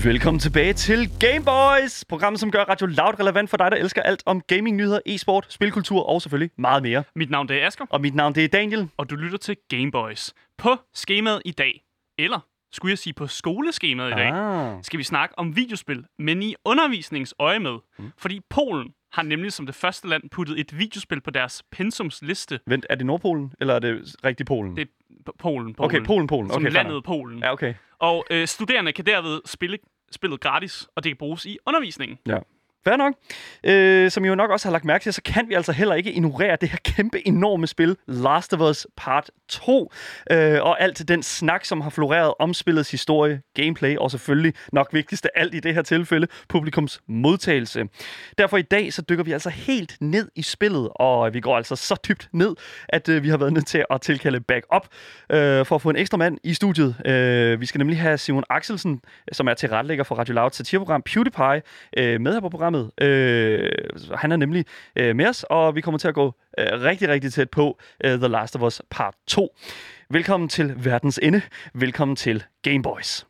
Velkommen tilbage til Game Boys, programmet som gør Radio Loud relevant for dig, der elsker alt om gaming, nyheder, e-sport, spilkultur og selvfølgelig meget mere. Mit navn det er Asger. Og mit navn det er Daniel. Og du lytter til Game Boys. På skemaet i dag, eller skulle jeg sige på skoleskemaet i dag, skal vi snakke om videospil, men i undervisningsøje med. Fordi Polen har nemlig som det første land puttet et videospil på deres pensumsliste. Vent, er det Nordpolen, eller er det rigtig Polen? Det er Polen. Okay, Polen. Som Okay, landet Polen. Ja, okay. Og studerende kan derved spille spillet gratis, og det kan bruges i undervisningen. Ja. Fair nok. Som I jo nok også har lagt mærke til, så kan vi altså heller ikke ignorere det her kæmpe, enorme spil, Last of Us Part 2. Og alt den snak, som har floreret om spillets historie, gameplay og selvfølgelig nok vigtigst af alt i det her tilfælde, publikums modtagelse. Derfor i dag, så dykker vi altså helt ned i spillet, og vi går altså så dybt ned, at vi har været nødt til at tilkalde backup for at få en ekstra mand i studiet. Vi skal nemlig have Simon Axelsen, som er tilrettelægger for Radio Loud satireprogram PewDiePie, med her på programmet. Han er nemlig med os, og vi kommer til at gå rigtig, rigtig tæt på The Last of Us Part 2. Velkommen til verdens ende. Velkommen til Game Boys.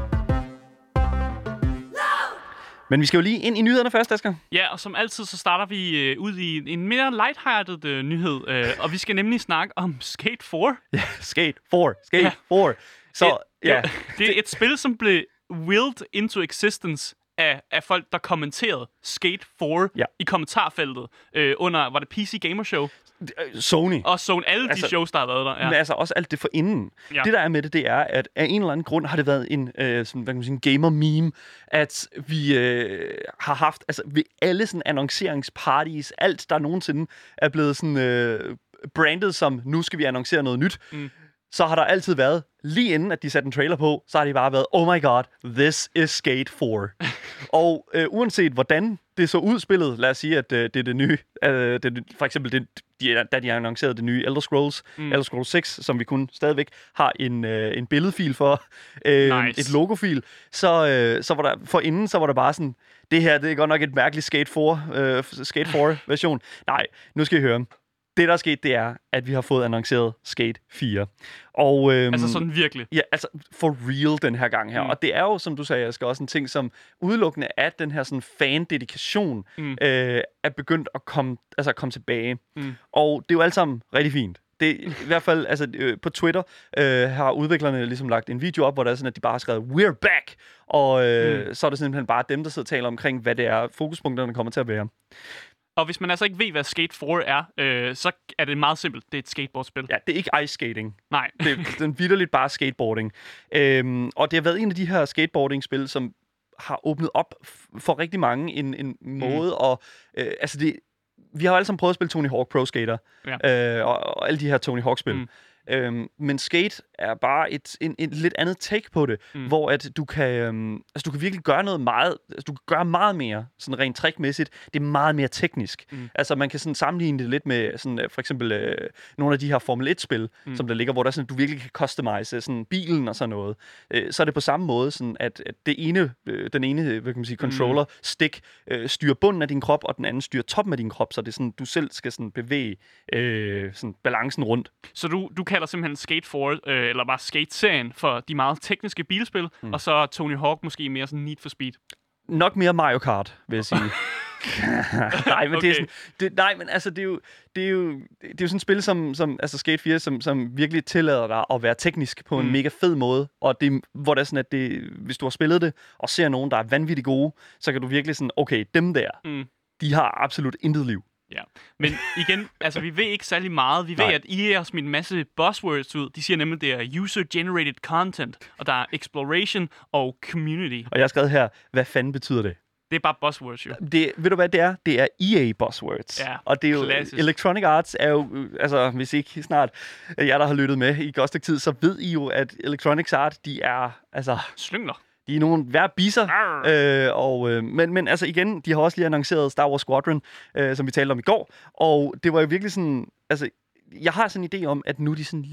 Men vi skal jo lige ind i nyhederne først, Asger. Ja, og som altid, så starter vi ud i en mere lighthearted nyhed. Og vi skal nemlig snakke om Skate 4. Ja, Skate 4. Så, ja. Det er et spil, som blev willed into existence af folk, der kommenterede Skate 4 i kommentarfeltet under, var det PC Gamer Show? Sony. Og Sony, alle de shows, der har været der. Ja. Men altså også alt det for inden. Ja. Det der er med det, det er, at af en eller anden grund har det været en, sådan, hvad kan man sige, en gamer-meme, at vi har haft, altså ved alle sådan annonceringsparties, alt der nogensinde er blevet sådan brandet som, nu skal vi annoncere noget nyt, så har der altid været, lige inden at de satte en trailer på, så har de bare været, oh my god, this is Skate 4. Og uanset hvordan det så ud spillet, lad os sige, at det er det nye, for eksempel da de har annonceret det nye Elder Scrolls, Elder Scrolls 6, som vi kun stadigvæk har en billedfil for, nice. Et logofil, så var der, forinden, så var der bare sådan, det her, det er godt nok et mærkeligt Skate 4-version. Nej, nu skal I høre. Det, der er sket, det er, at vi har fået annonceret Skate 4. Og, altså sådan virkelig? Ja, altså for real den her gang her. Og det er jo, som du sagde, Asger, også en ting, som udelukkende af den her sådan fan-dedikation er begyndt at komme tilbage. Og det er jo alt sammen rigtig fint. Det i hvert fald, altså på Twitter har udviklerne ligesom lagt en video op, hvor der er sådan, at de bare har skrevet, we're back! Og så er det simpelthen bare dem, der sidder og taler omkring, hvad det er, fokuspunkterne kommer til at være. Og hvis man altså ikke ved, hvad Skate 4 er, så er det meget simpelt. Det er et skateboardspil. Ja, det er ikke ice skating. Nej. Det er vitterligt bare skateboarding. Og det har været en af de her skateboarding-spil, som har åbnet op for rigtig mange en måde. Og vi har jo alle sammen prøvet at spille Tony Hawk Pro Skater. Ja. Og alle de her Tony Hawk-spil. Men Skate er bare et lidt andet take på det, hvor at du kan du kan virkelig gøre noget meget, altså du kan gøre meget mere sådan rent trickmæssigt. Det er meget mere teknisk. Altså man kan sådan sammenligne det lidt med sådan for eksempel nogle af de her Formel 1 spil, som der ligger, hvor der sådan du virkelig kan customize sådan bilen og sådan noget. Så er det på samme måde sådan at den ene hvad kan man sige controller stick styrer bunden af din krop, og den anden styrer toppen af din krop, så det er sådan du selv skal sådan bevæge sådan balancen rundt. Så du kalder simpelthen Skate 4 eller bare Skate-serien for de meget tekniske bilspil, og så Tony Hawk måske mere sådan Need for Speed. Nok mere Mario Kart, vil jeg sige. Nej, men okay. Det er jo sådan et spil som altså Skate 4, som virkelig tillader dig at være teknisk på en mega fed måde, og det, hvor det er sådan, at hvis du har spillet det, og ser nogen, der er vanvittigt gode, så kan du virkelig sådan, okay, dem der, de har absolut intet liv. Ja, men igen, altså vi ved ikke særlig meget. Vi ved, at EA har smidt en masse buzzwords ud. De siger nemlig, at det er user-generated content, og der er exploration og community. Og jeg har skrevet her, hvad fanden betyder det? Det er bare buzzwords, jo. Ved du hvad det er? Det er EA buzzwords. Ja, og det er jo klassisk. Electronic Arts er jo, altså hvis ikke snart jer, der har lyttet med i godt stykke tid, så ved I jo, at Electronic Arts, de er, altså... Slyngler. De er nogle værre bisser, men altså igen, de har også lige annonceret Star Wars Squadron, som vi talte om i går, og det var jo virkelig sådan, altså jeg har sådan en idé om, at nu er de sådan lige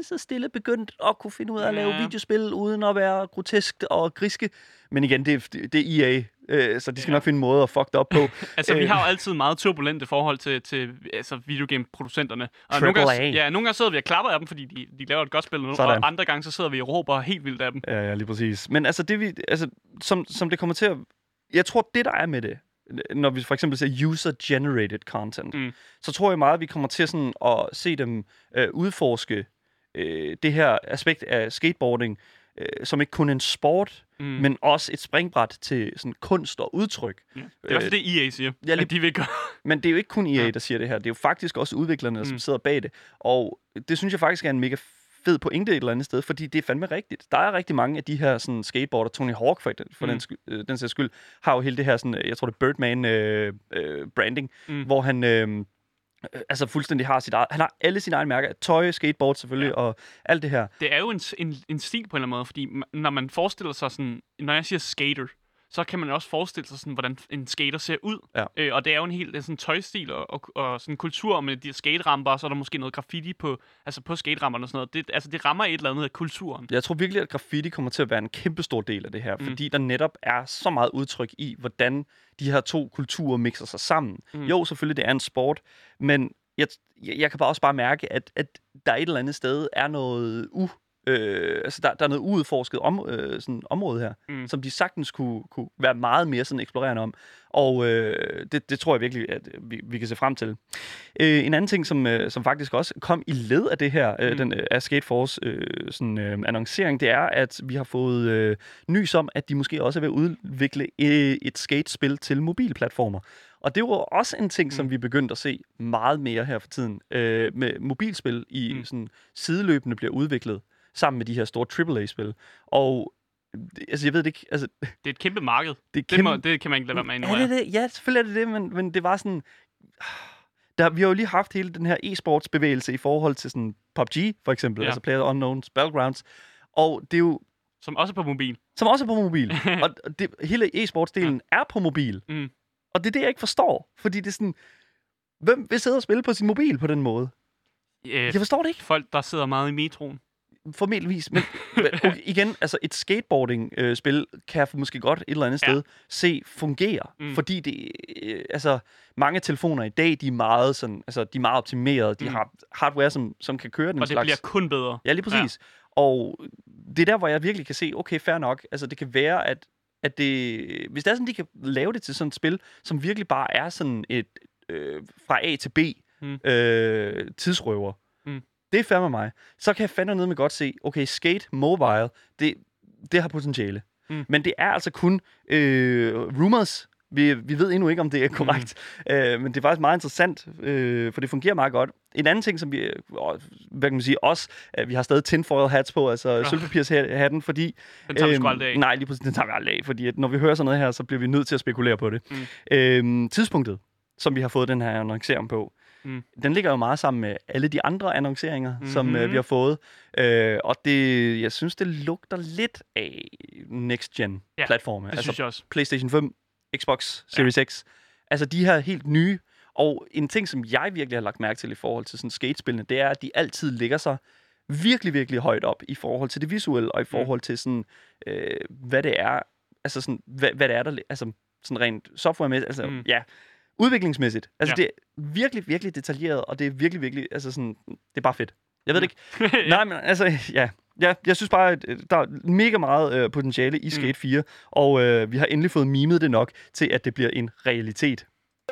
så stille begyndt at kunne finde ud af at lave videospil, uden at være groteskt og griske. Men igen, det er EA, så de skal nok finde en måde at fuck det op på. Altså, vi har jo altid meget turbulente forhold til altså, videogame-producenterne. Og nogle gange sidder vi og klapper af dem, fordi de laver et godt spil, og andre gange så sidder vi og råber helt vildt af dem. Ja, lige præcis. Men altså, som det kommer til at... Jeg tror, det der er med det, når vi for eksempel ser user-generated content, så tror jeg meget, at vi kommer til sådan at se dem udforske det her aspekt af skateboarding, som ikke kun en sport, men også et springbræt til sådan kunst og udtryk. Ja. Det er også det, EA siger, at de vil gøre. Men det er jo ikke kun EA, der siger det her. Det er jo faktisk også udviklerne, som sidder bag det. Og det synes jeg faktisk er en mega fed pointe et eller andet sted, fordi det er fandme rigtigt. Der er rigtig mange af de her sådan, skateboarder, Tony Hawk for den sags skyld, har jo hele det her, sådan, jeg tror det er Birdman branding, hvor han... altså fuldstændig har sit eget... Han har alle sine egne mærker. Tøj, skateboard selvfølgelig, og alt det her. Det er jo en stil på en eller anden måde, fordi når man forestiller sig sådan... Når jeg siger skater, så kan man også forestille sig sådan, hvordan en skater ser ud. Ja. Og det er jo en helt sådan tøjstil og sådan kultur med de skateramper, og så er der måske noget graffiti på skateramperne og sådan noget. Det rammer et eller andet af kulturen. Jeg tror virkelig, at graffiti kommer til at være en kæmpestor del af det her, fordi der netop er så meget udtryk i, hvordan de her to kulturer mixer sig sammen. Jo, selvfølgelig, det er en sport, men jeg kan også bare mærke, at der et eller andet sted er noget altså der er noget uudforsket område her, som de sagtens kunne være meget mere sådan eksplorerende om. Og det tror jeg virkelig, at vi kan se frem til. En anden ting, som faktisk også kom i led af det her, den af Skateforce annoncering, det er, at vi har fået nys om, at de måske også er ved at udvikle et skatespil til mobilplatformer. Og det var også en ting, som vi begyndte at se meget mere her for tiden, med mobilspil i sådan sideløbende bliver udviklet sammen med de her store AAA-spil. Og altså, jeg ved det ikke... Altså, det er et kæmpe marked. Det kan man ikke lade være med endnu. Ja, selvfølgelig er det det, men det var sådan... vi har jo lige haft hele den her e-sports-bevægelse i forhold til sådan PUBG, for eksempel, altså PlayerUnknown's Battlegrounds. Og det er jo... Som også er på mobil. Og hele e-sports-delen er på mobil. Og det er det, jeg ikke forstår. Fordi det er sådan... Hvem vil sidde og spille på sin mobil på den måde? Jeg forstår det ikke. Folk, der sidder meget i metroen. Formelvis, men okay, igen, altså et skateboarding-spil kan jeg måske godt et eller andet sted se fungere, fordi det, altså mange telefoner i dag, de er meget sådan, altså de er meget optimeret, de har hardware, som kan køre den slags. Og det bliver kun bedre. Ja, lige præcis. Ja. Og det er der, hvor jeg virkelig kan se, okay, fair nok, altså det kan være, at det, hvis det er sådan, de kan lave det til sådan et spil, som virkelig bare er sådan et fra A til B tidsrøver, det er fandme mig. Så kan jeg fandme ned med godt se, okay, Skate Mobile, det har potentiale. Men det er altså kun rumors. Vi ved endnu ikke, om det er korrekt. Men det er faktisk meget interessant, for det fungerer meget godt. En anden ting, som vi, hvad kan man sige, vi har stadig tinfoil hats på, altså sølvpapirshatten, fordi... Den tager vi sgu aldrig af. Nej, lige præcis, den tager vi aldrig af, fordi at når vi hører sådan noget her, så bliver vi nødt til at spekulere på det. Tidspunktet, som vi har fået den her annoncering på, den ligger jo meget sammen med alle de andre annonceringer, som vi har fået. Og jeg synes, det lugter lidt af next-gen-platforme. Det synes jeg også. PlayStation 5, Xbox Series X. Altså de her helt nye. Og en ting, som jeg virkelig har lagt mærke til i forhold til sådan skatespillene, det er, at de altid ligger sig virkelig, virkelig højt op i forhold til det visuelle, og i forhold til sådan, hvad det er, altså sådan, hvad det er, der, altså sådan rent softwaremæssigt, altså udviklingsmæssigt. Altså det er virkelig, virkelig detaljeret, og det er virkelig, virkelig, altså sådan, det er bare fedt. Jeg ved det ikke. Nej, men altså, jeg synes bare, at der er mega meget potentiale i Skate 4, og vi har endelig fået mimet det nok til, at det bliver en realitet.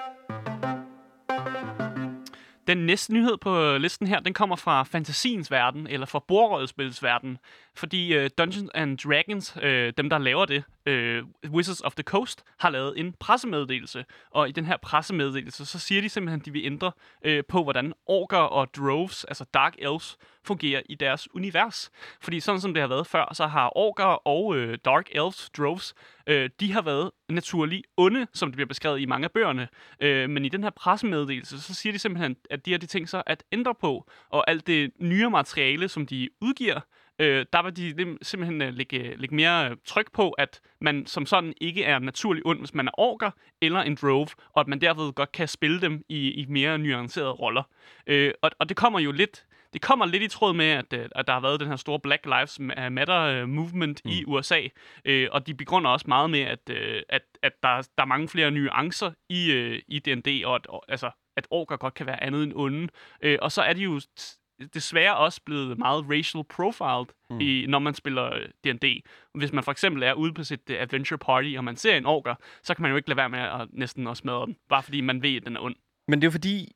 Den næste nyhed på listen her, den kommer fra fantasiens verden, eller fra bordrollespillets verden. Fordi Dungeons and Dragons, dem der laver det, Wizards of the Coast, har lavet en pressemeddelelse. Og i den her pressemeddelelse, så siger de simpelthen, at de vil ændre på, hvordan orker og droves, altså Dark Elves, fungerer i deres univers. Fordi sådan som det har været før, så har orker og Dark Elves, droves, de har været naturligt onde, som det bliver beskrevet i mange af bøgerne. Men i den her pressemeddelelse, så siger de simpelthen, at de har de tænkt sig at ændre på. Og alt det nye materiale, som de udgiver, der vil de simpelthen lægge mere tryk på, at man som sådan ikke er naturligt ond, hvis man er orker eller en drove, og at man derved godt kan spille dem i mere nuancerede roller. Og det kommer jo lidt det kommer lidt i tråd med, at der har været den her store Black Lives Matter movement i USA, og de begrunder også meget med, at der er mange flere nuancer i D&D, og at orker godt kan være andet end onde. Og så er de jo desværre også blevet meget racial profiled, når man spiller D&D. Hvis man for eksempel er ude på sit adventure party, og man ser en orker, så kan man jo ikke lade være med at næsten at smadre den, bare fordi man ved, at den er ond. Men det er jo fordi,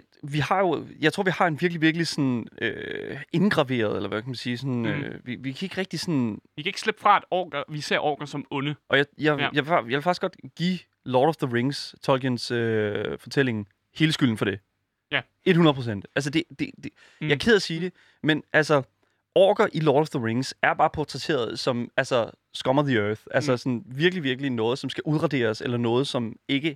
jeg tror, vi har en virkelig, virkelig sådan indgraveret, eller hvad kan man sige, sådan, vi kan ikke rigtig sådan... Vi kan ikke slippe fra, at vi ser orker som onde. Og jeg vil faktisk godt give Lord of the Rings, Tolkiens fortælling, hele skylden for det. Ja. 100%. Altså, jeg er ked af at sige det, men altså, orker i Lord of the Rings er bare portrætteret som, altså, scum of the earth. Altså, sådan virkelig, virkelig noget, som skal udraderes, eller noget, som ikke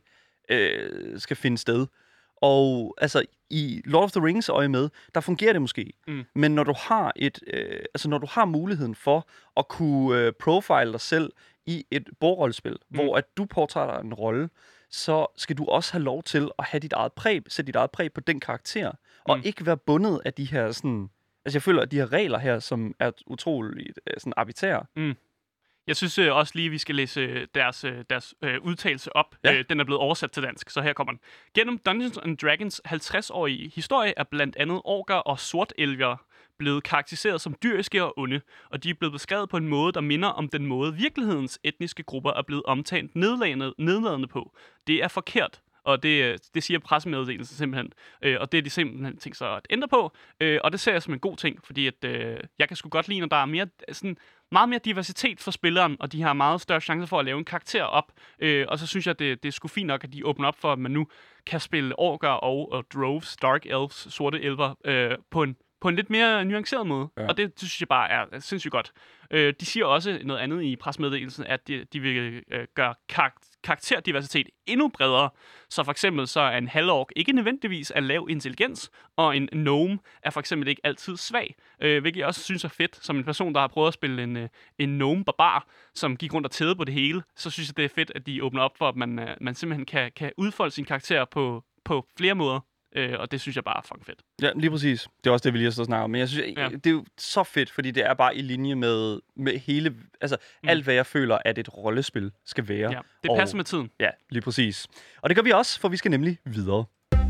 skal finde sted. Og altså, i Lord of the Rings øje med, der fungerer det måske. Men når du har når du har muligheden for at kunne profile dig selv i et bordrollespil, hvor at du påtager en rolle, så skal du også have lov til at have sætte dit eget præg på den karakter, og ikke være bundet af de her sådan... Altså, jeg føler, at de her regler her, som er utroligt sådan arbitrære. Jeg synes også lige, vi skal læse deres udtalelse op. Ja. Den er blevet oversat til dansk, så her kommer den. Gennem Dungeons & Dragons 50-årige historie er blandt andet orker og sortelvere blevet karakteriseret som dyriske og onde, og de er blevet beskrevet på en måde, der minder om den måde, virkelighedens etniske grupper er blevet omtalt nedladende på. Det er forkert, og det siger pressemeddelelsen simpelthen. Og det er de simpelthen tænkt sig at ændre på, og det ser jeg som en god ting, fordi at, jeg kan sgu godt lide, når der er mere, sådan, meget mere diversitet for spilleren, og de har meget større chance for at lave en karakter op. Og så synes jeg, at det er sgu fint nok, at de åbner op for, at man nu kan spille orker og droves, dark elves, sorte elver, på en lidt mere nuanceret måde. Ja. Og det synes jeg bare er sindssygt godt. De siger også noget andet i pressemeddelelsen, at de vil gøre karakterdiversitet endnu bredere. Så for eksempel så er en halvork ikke nødvendigvis af lav intelligens, og en gnome er for eksempel ikke altid svag. Hvilket jeg også synes er fedt. Som en person, der har prøvet at spille en gnome-barbar, som gik rundt og tædede på det hele, så synes jeg, det er fedt, at de åbner op for, at man simpelthen kan udfolde sin karakter på flere måder. Og det synes jeg bare er fucking fedt. Ja, lige præcis. Det er også det, vi lige har stået og snakket om. Men jeg synes, det er jo så fedt, fordi det er bare i linje med hele... Altså, alt hvad jeg føler, at et rollespil skal være. Ja, det passer med tiden. Ja, lige præcis. Og det gør vi også, for vi skal nemlig videre.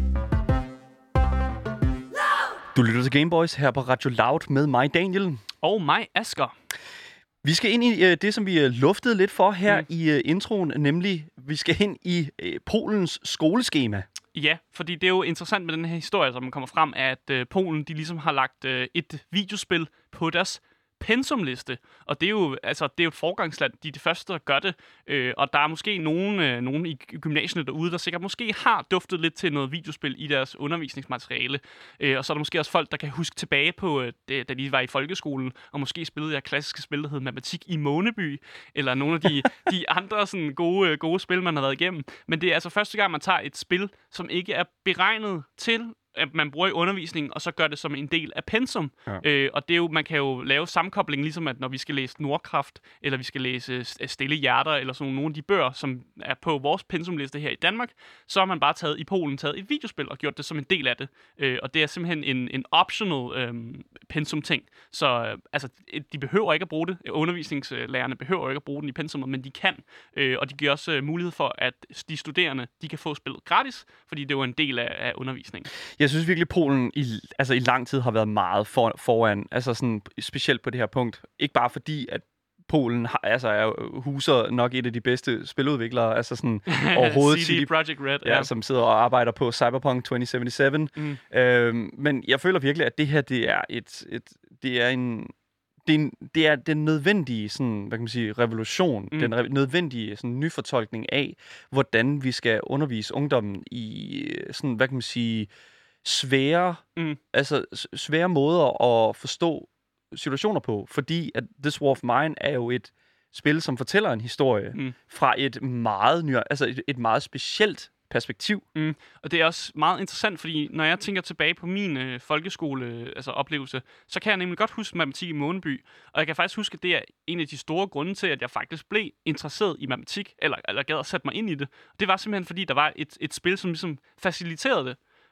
Du lytter til Gameboys her på Radio Loud med mig, Daniel. Og mig, Asger. Vi skal ind i det, som vi luftede lidt for her i introen, nemlig vi skal ind i Polens skoleskema. Ja, fordi det er jo interessant med den her historie, som kommer frem, at Polen de ligesom har lagt et videospil på deres pensumliste. Og det er jo et forgangsland, de er det første, der gør det. Og der er måske nogen i gymnasierne derude, der sikkert måske har duftet lidt til noget videospil i deres undervisningsmateriale. Og så er der måske også folk, der kan huske tilbage på, da de var i folkeskolen, og måske spillede jeg klassiske spil, der hed Matematik i Måneby, eller nogle af de andre sådan gode spil, man har været igennem. Men det er altså første gang, man tager et spil, som ikke er beregnet til at man bruger i undervisningen, og så gør det som en del af pensum. Ja. Og det er jo, man kan jo lave sammenkobling, ligesom at når vi skal læse Nordkraft, eller vi skal læse Stille Hjerter, eller sådan nogle af de bøger, som er på vores pensumliste her i Danmark, så har man bare taget et videospil og gjort det som en del af det. Og det er simpelthen en optional pensum-ting. Så de behøver ikke at bruge det. Undervisningslærerne behøver ikke at bruge den i pensummet, men de kan. Og de giver også mulighed for, at de studerende, de kan få spillet gratis, fordi det er jo en del af undervisningen. Jeg synes virkelig, Polen i lang tid har været meget foran, altså sådan, specielt på det her punkt. Ikke bare fordi, at Polen huser nok et af de bedste spiludviklere, altså sådan overhovedet CD Projekt Red, ja, som sidder og arbejder på Cyberpunk 2077. Men jeg føler virkelig, at det her det er den nødvendige sådan, hvad kan man sige, revolution, den nødvendige sådan nyfortolkning af, hvordan vi skal undervise ungdommen i sådan, hvad kan man sige, svære måder at forstå situationer på, fordi at This War of Mine er jo et spil, som fortæller en historie fra et meget specielt perspektiv. Og det er også meget interessant, fordi når jeg tænker tilbage på min folkeskole oplevelse, så kan jeg nemlig godt huske matematik i Måneby, og jeg kan faktisk huske, at det er en af de store grunde til, at jeg faktisk blev interesseret i matematik, eller gad at sætte mig ind i det. Det var simpelthen, fordi der var et spil, som ligesom faciliterede det.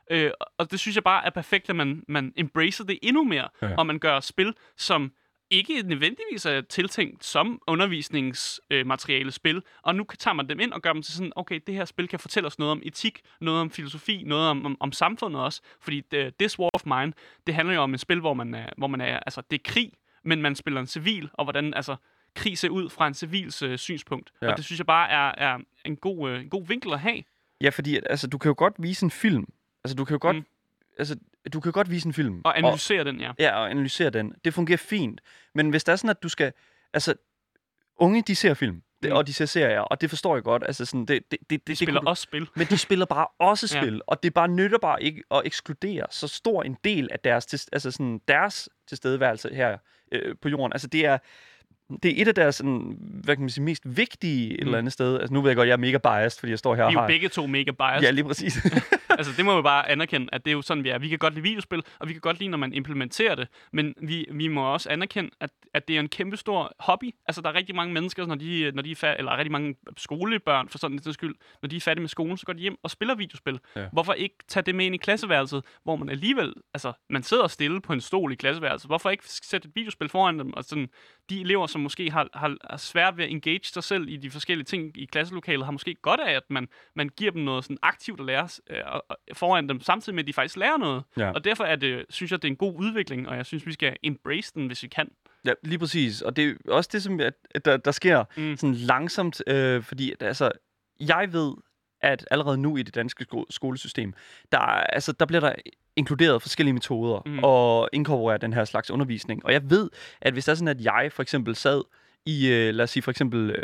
Og det synes jeg bare er perfekt, at man embracer det endnu mere, og man gør spil, som ikke nødvendigvis er tiltænkt som undervisningsmateriale spil, og nu tager man dem ind og gør dem til sådan, okay, det her spil kan fortælle os noget om etik, noget om filosofi, noget om samfundet også, fordi This War of Mine, det handler jo om et spil, hvor man er, altså det er krig, men man spiller en civil, og hvordan altså krig ser ud fra en civils synspunkt, og det synes jeg bare er en god vinkel at have. Ja, fordi altså, du kan jo godt vise en film, altså du kan jo godt altså, du kan godt vise en film. Og analysere den, ja. Ja, og analysere den. Det fungerer fint. Men hvis det er sådan, at du skal... Altså, unge, de ser film, og de ser serier, og det forstår jeg godt. Altså, sådan, de spiller også spil. Men de spiller bare også spil, og det bare nytter bare ikke at ekskludere så stor en del af deres tilstedeværelse her på jorden. Altså, det er et af deres sådan, hvad kan man sige, mest vigtige et eller andet sted. Altså, nu ved jeg godt, jeg er mega biased, fordi jeg står her og har... Vi er jo begge to mega biased. Ja, lige præcis. Altså, det må vi bare anerkende, at det er jo sådan, vi er. Vi kan godt lide videospil, og vi kan godt lide, når man implementerer det. Men vi må også anerkende, at det er en kæmpe stor hobby. Altså, der er rigtig mange mennesker, når de er eller rigtig mange skolebørn, for sådan en skyld, når de er færdige med skolen, så går de hjem og spiller videospil. Ja. Hvorfor ikke tage det med ind i klasseværelset, hvor man alligevel... Altså, man sidder stille på en stol i klasseværelset. Hvorfor ikke sætte et videospil foran dem? Og sådan, de elever, som måske har svært ved at engage sig selv i de forskellige ting i klasselokalet, har måske godt af, at man giver dem noget sådan aktivt at lære foran dem, samtidig med, at de faktisk lærer noget. Ja. Og derfor synes jeg, det er en god udvikling, og jeg synes, vi skal embrace den, hvis vi kan. Ja, lige præcis. Og det er også det, som der sker sådan langsomt, fordi altså, jeg ved, at allerede nu i det danske skolesystem, der bliver der inkluderet forskellige metoder og inkorporeret den her slags undervisning. Og jeg ved, at hvis der er sådan, at jeg for eksempel sad i, lad os sige for eksempel,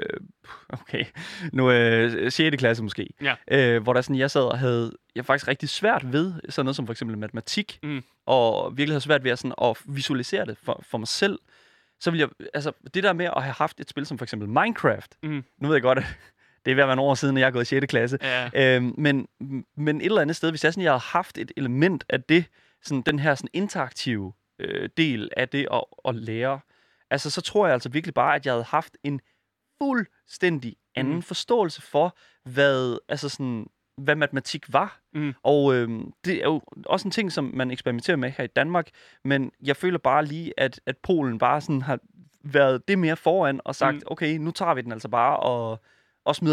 nu 6. klasse måske, hvor der sådan, jeg sad og havde faktisk rigtig svært ved sådan noget som for eksempel matematik, og virkelig havde svært ved at visualisere det for mig selv, så ville jeg, altså det der med at have haft et spil som for eksempel Minecraft, nu ved jeg godt, at det er ved at være nogle år siden, at jeg er gået i 6. klasse, men et eller andet sted, hvis jeg havde haft et element af det, sådan den her sådan interaktive del af det at lære, altså, så tror jeg altså virkelig bare, at jeg havde haft en fuldstændig anden forståelse for, hvad matematik var. Og det er jo også en ting, som man eksperimenterer med her i Danmark, men jeg føler bare lige, at Polen bare sådan har været det mere foran og sagt, okay, nu tager vi den altså bare og smider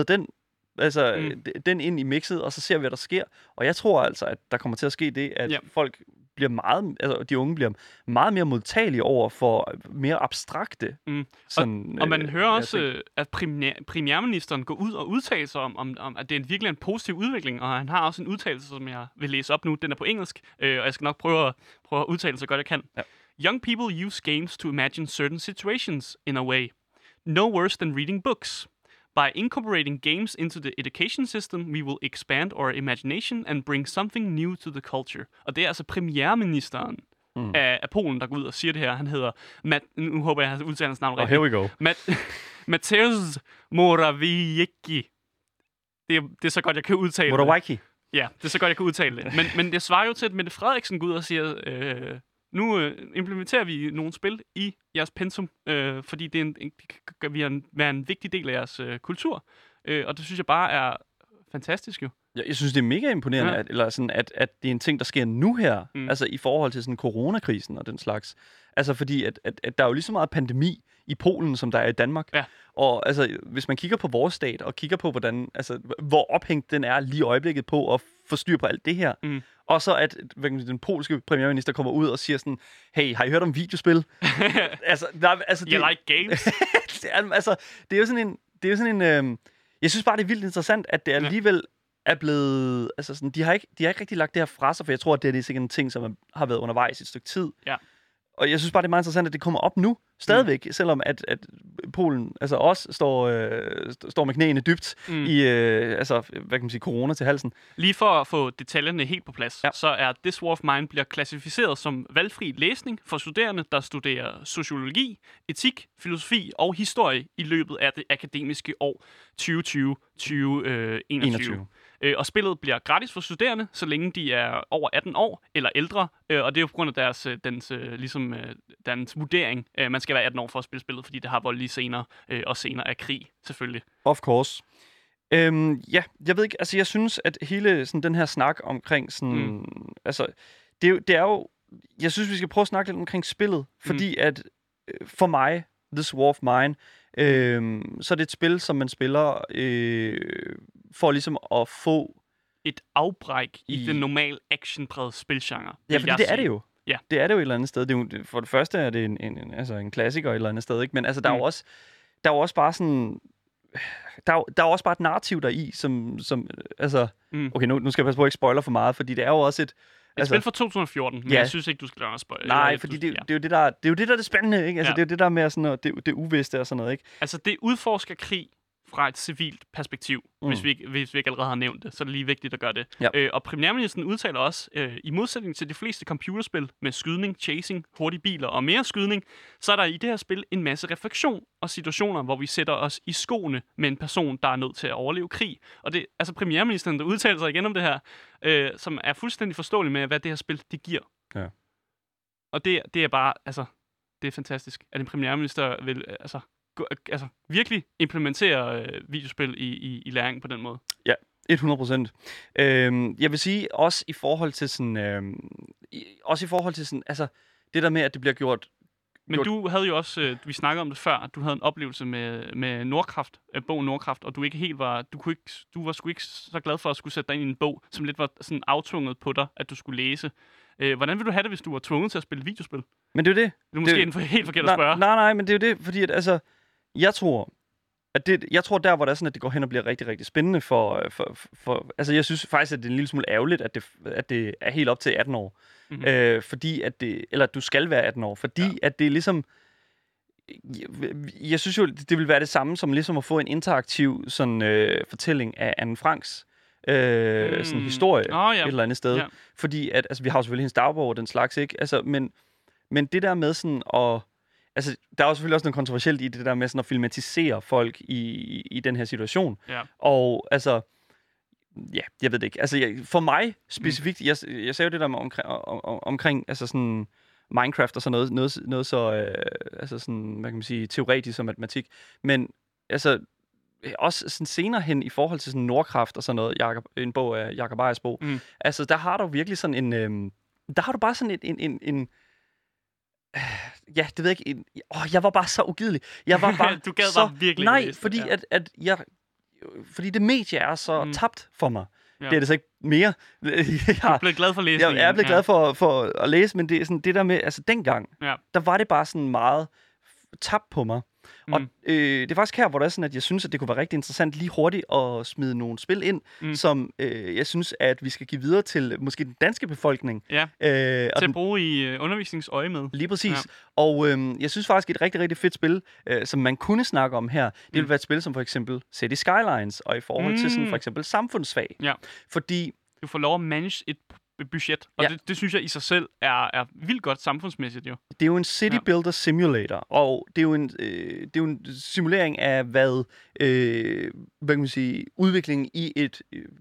den ind i mixet, og så ser vi, hvad der sker. Og jeg tror altså, at der kommer til at ske det, at folk bliver meget, altså de unge bliver meget mere modtagelige over for mere abstrakte. Sådan, og man hører også, at premierministeren går ud og udtaler sig om, at det er virkelig en positiv udvikling, og han har også en udtalelse, som jeg vil læse op nu. Den er på engelsk, og jeg skal nok prøve at udtale så godt jeg kan. Ja. Young people use games to imagine certain situations in a way. No worse than reading books. By incorporating games into the education system, we will expand our imagination and bring something new to the culture. Og det er altså premierministeren af Polen, der går ud og siger det her. Han hedder nu håber jeg, at han udtaler hans navn rigtigt. Here we go. Mateusz Morawiecki. Det er så godt, jeg kan udtale det. Morawiecki. Ja, det er så godt, jeg kan udtale det. Men det svarer jo til, at Mette Frederiksen går ud og siger... Nu implementerer vi nogle spil i jeres pensum, fordi det kan være en vigtig del af jeres kultur. Og det synes jeg bare er fantastisk jo. Jeg synes, det er mega imponerende, at det er en ting, der sker nu her, altså i forhold til sådan coronakrisen og den slags. Altså fordi, at der er jo lige så meget pandemi i Polen, som der er i Danmark. Ja. Og altså, hvis man kigger på vores stat, og kigger på, hvor ophængt den er lige i øjeblikket på at få styr på alt det her, og så at den polske premierminister kommer ud og siger sådan, hey, har I hørt om videospil? You like games? Det er jo sådan en jeg synes bare, det er vildt interessant, at det alligevel er blevet... Altså sådan, de har ikke rigtig lagt det her fra sig, for jeg tror, at det er sikkert en ting, som har været undervejs i et stykke tid. Ja. Og jeg synes bare, det er meget interessant, at det kommer op nu, stadigvæk, selvom at Polen altså også står med knæene dybt i hvad kan man sige, corona til halsen. Lige for at få detaljerne helt på plads, så er This War of Mine bliver klassificeret som valgfri læsning for studerende, der studerer sociologi, etik, filosofi og historie i løbet af det akademiske år 2020-2021. Og spillet bliver gratis for studerende, så længe de er over 18 år eller ældre, og det er jo på grund af deres vurdering. Man skal være 18 år for at spille spillet, fordi det har voldelige scener, og scener af krig, selvfølgelig. Of course. Ja, jeg ved ikke, altså jeg synes, at hele sådan, den her snak omkring sådan, altså, det er jo, jeg synes, vi skal prøve at snakke lidt omkring spillet, fordi at for mig, This War of Mine, så er det et spil, som man spiller for ligesom at få et afbræk i den normale actionprægede spilgenre. Ja, fordi det er det jo. Ja. Det er det jo et eller andet sted. Det er jo, for det første er det en klassiker et eller andet sted, ikke? Men altså, der er jo også bare sådan... Der er også bare et narrativ deri, som altså... Okay, nu skal jeg passe på at ikke spoiler for meget, fordi det er jo også et... Et spil fra 2014, men jeg synes ikke, du skal lade mig spoil. Nej, fordi det er jo det, der er det spændende, ikke? Altså, det er jo det der med sådan det uviste og sådan noget, ikke? Altså, det udforsker krig fra et civilt perspektiv, hvis vi ikke allerede har nævnt det, så er det lige vigtigt at gøre det. Ja. Og premierministeren udtaler også, i modsætning til de fleste computerspil med skydning, chasing, hurtige biler og mere skydning, så er der i det her spil en masse refleksion og situationer, hvor vi sætter os i skoene med en person, der er nødt til at overleve krig. Og det altså premierministeren, der udtaler sig igen om det her, som er fuldstændig forståelig med, hvad det her spil, det giver. Ja. Og det er bare, altså, det er fantastisk, at en premierminister vil, altså virkelig implementere videospil i læring på den måde. Ja, 100%. Jeg vil sige, også i forhold til sådan, altså, det der med, at det bliver gjort... Men du havde jo også, vi snakkede om det før, at du havde en oplevelse med Nordkraft, bogen Nordkraft, og du ikke helt var, du var sgu ikke så glad for at skulle sætte dig ind i en bog, som lidt var sådan aftvunget på dig, at du skulle læse. Hvordan ville du have det, hvis du var tvunget til at spille videospil? Men det er jo det. Det er måske helt forkert at spørge. Nej, men det er jo det, fordi at, altså, jeg tror, der, hvor det er sådan, at det går hen og bliver rigtig, rigtig spændende for altså, jeg synes faktisk, at det er en lille smule ærgerligt, at det er helt op til 18 år. Fordi at eller du skal være 18 år, fordi at det er ligesom, jeg synes jo, det vil være det samme som ligesom at få en interaktiv sådan, fortælling af Anne Franks sådan historie et eller andet sted. Fordi at, altså, vi har jo selvfølgelig hendes dagbog og den slags, ikke? Altså, men det der med sådan at... Altså, der er jo selvfølgelig også noget kontroversielt i det der med sådan at filmatisere folk i den her situation. Ja. Og altså... Ja, jeg ved det ikke. Altså, for mig specifikt... Jeg sagde jo det der med omkring altså sådan Minecraft og sådan noget så... altså sådan, hvad kan man sige, teoretisk som matematik. Men altså... Også sådan senere hen i forhold til sådan Nordkraft og sådan noget, en bog af Jacob Ejersbo. Altså, der har du virkelig sådan en... der har du bare sådan en ja, det ved jeg ikke. Jeg var bare så ugidelig. Jeg var bare du gad bare virkelig. Nej, fordi fordi det medie er så tabt for mig. Ja. Det er det så ikke mere. Du er blevet glad for læsningen. Jeg er blevet glad for at læse, men det er sådan det der med, altså dengang, der var det bare sådan meget tabt på mig. Og det er faktisk her, hvor det er sådan, at jeg synes, at det kunne være rigtig interessant lige hurtigt at smide nogle spil ind, som jeg synes, at vi skal give videre til måske den danske befolkning. Ja, til at bruge i undervisningsøje med. Lige præcis. Ja. Og jeg synes faktisk, et rigtig, rigtig fedt spil, som man kunne snakke om her, det vil være et spil som for eksempel City Skylines, og i forhold til sådan for eksempel samfundsfag. Ja. Fordi du får lov at manage et budget, og det synes jeg i sig selv er vildt godt samfundsmæssigt jo. Det er jo en city builder simulator, og det er jo en simulering af hvad kan man sige, udviklingen i et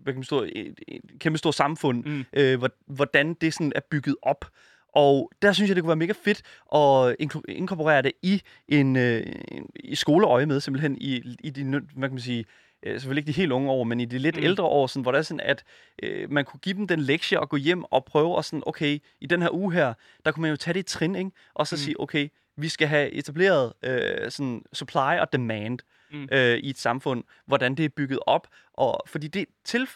kæmpe stort samfund, hvordan det sådan er bygget op. Og der synes jeg, det kunne være mega fedt at inkorporere det i skoleøje med, simpelthen i de, hvad kan man sige, selvfølgelig ikke de helt unge år, men i de lidt ældre år, sådan, hvor det er sådan, at man kunne give dem den lektie og gå hjem og prøve at sådan, okay, i den her uge her, der kunne man jo tage det i trin, ikke? Og så sige, okay, vi skal have etableret sådan supply og demand i et samfund, hvordan det er bygget op, og fordi det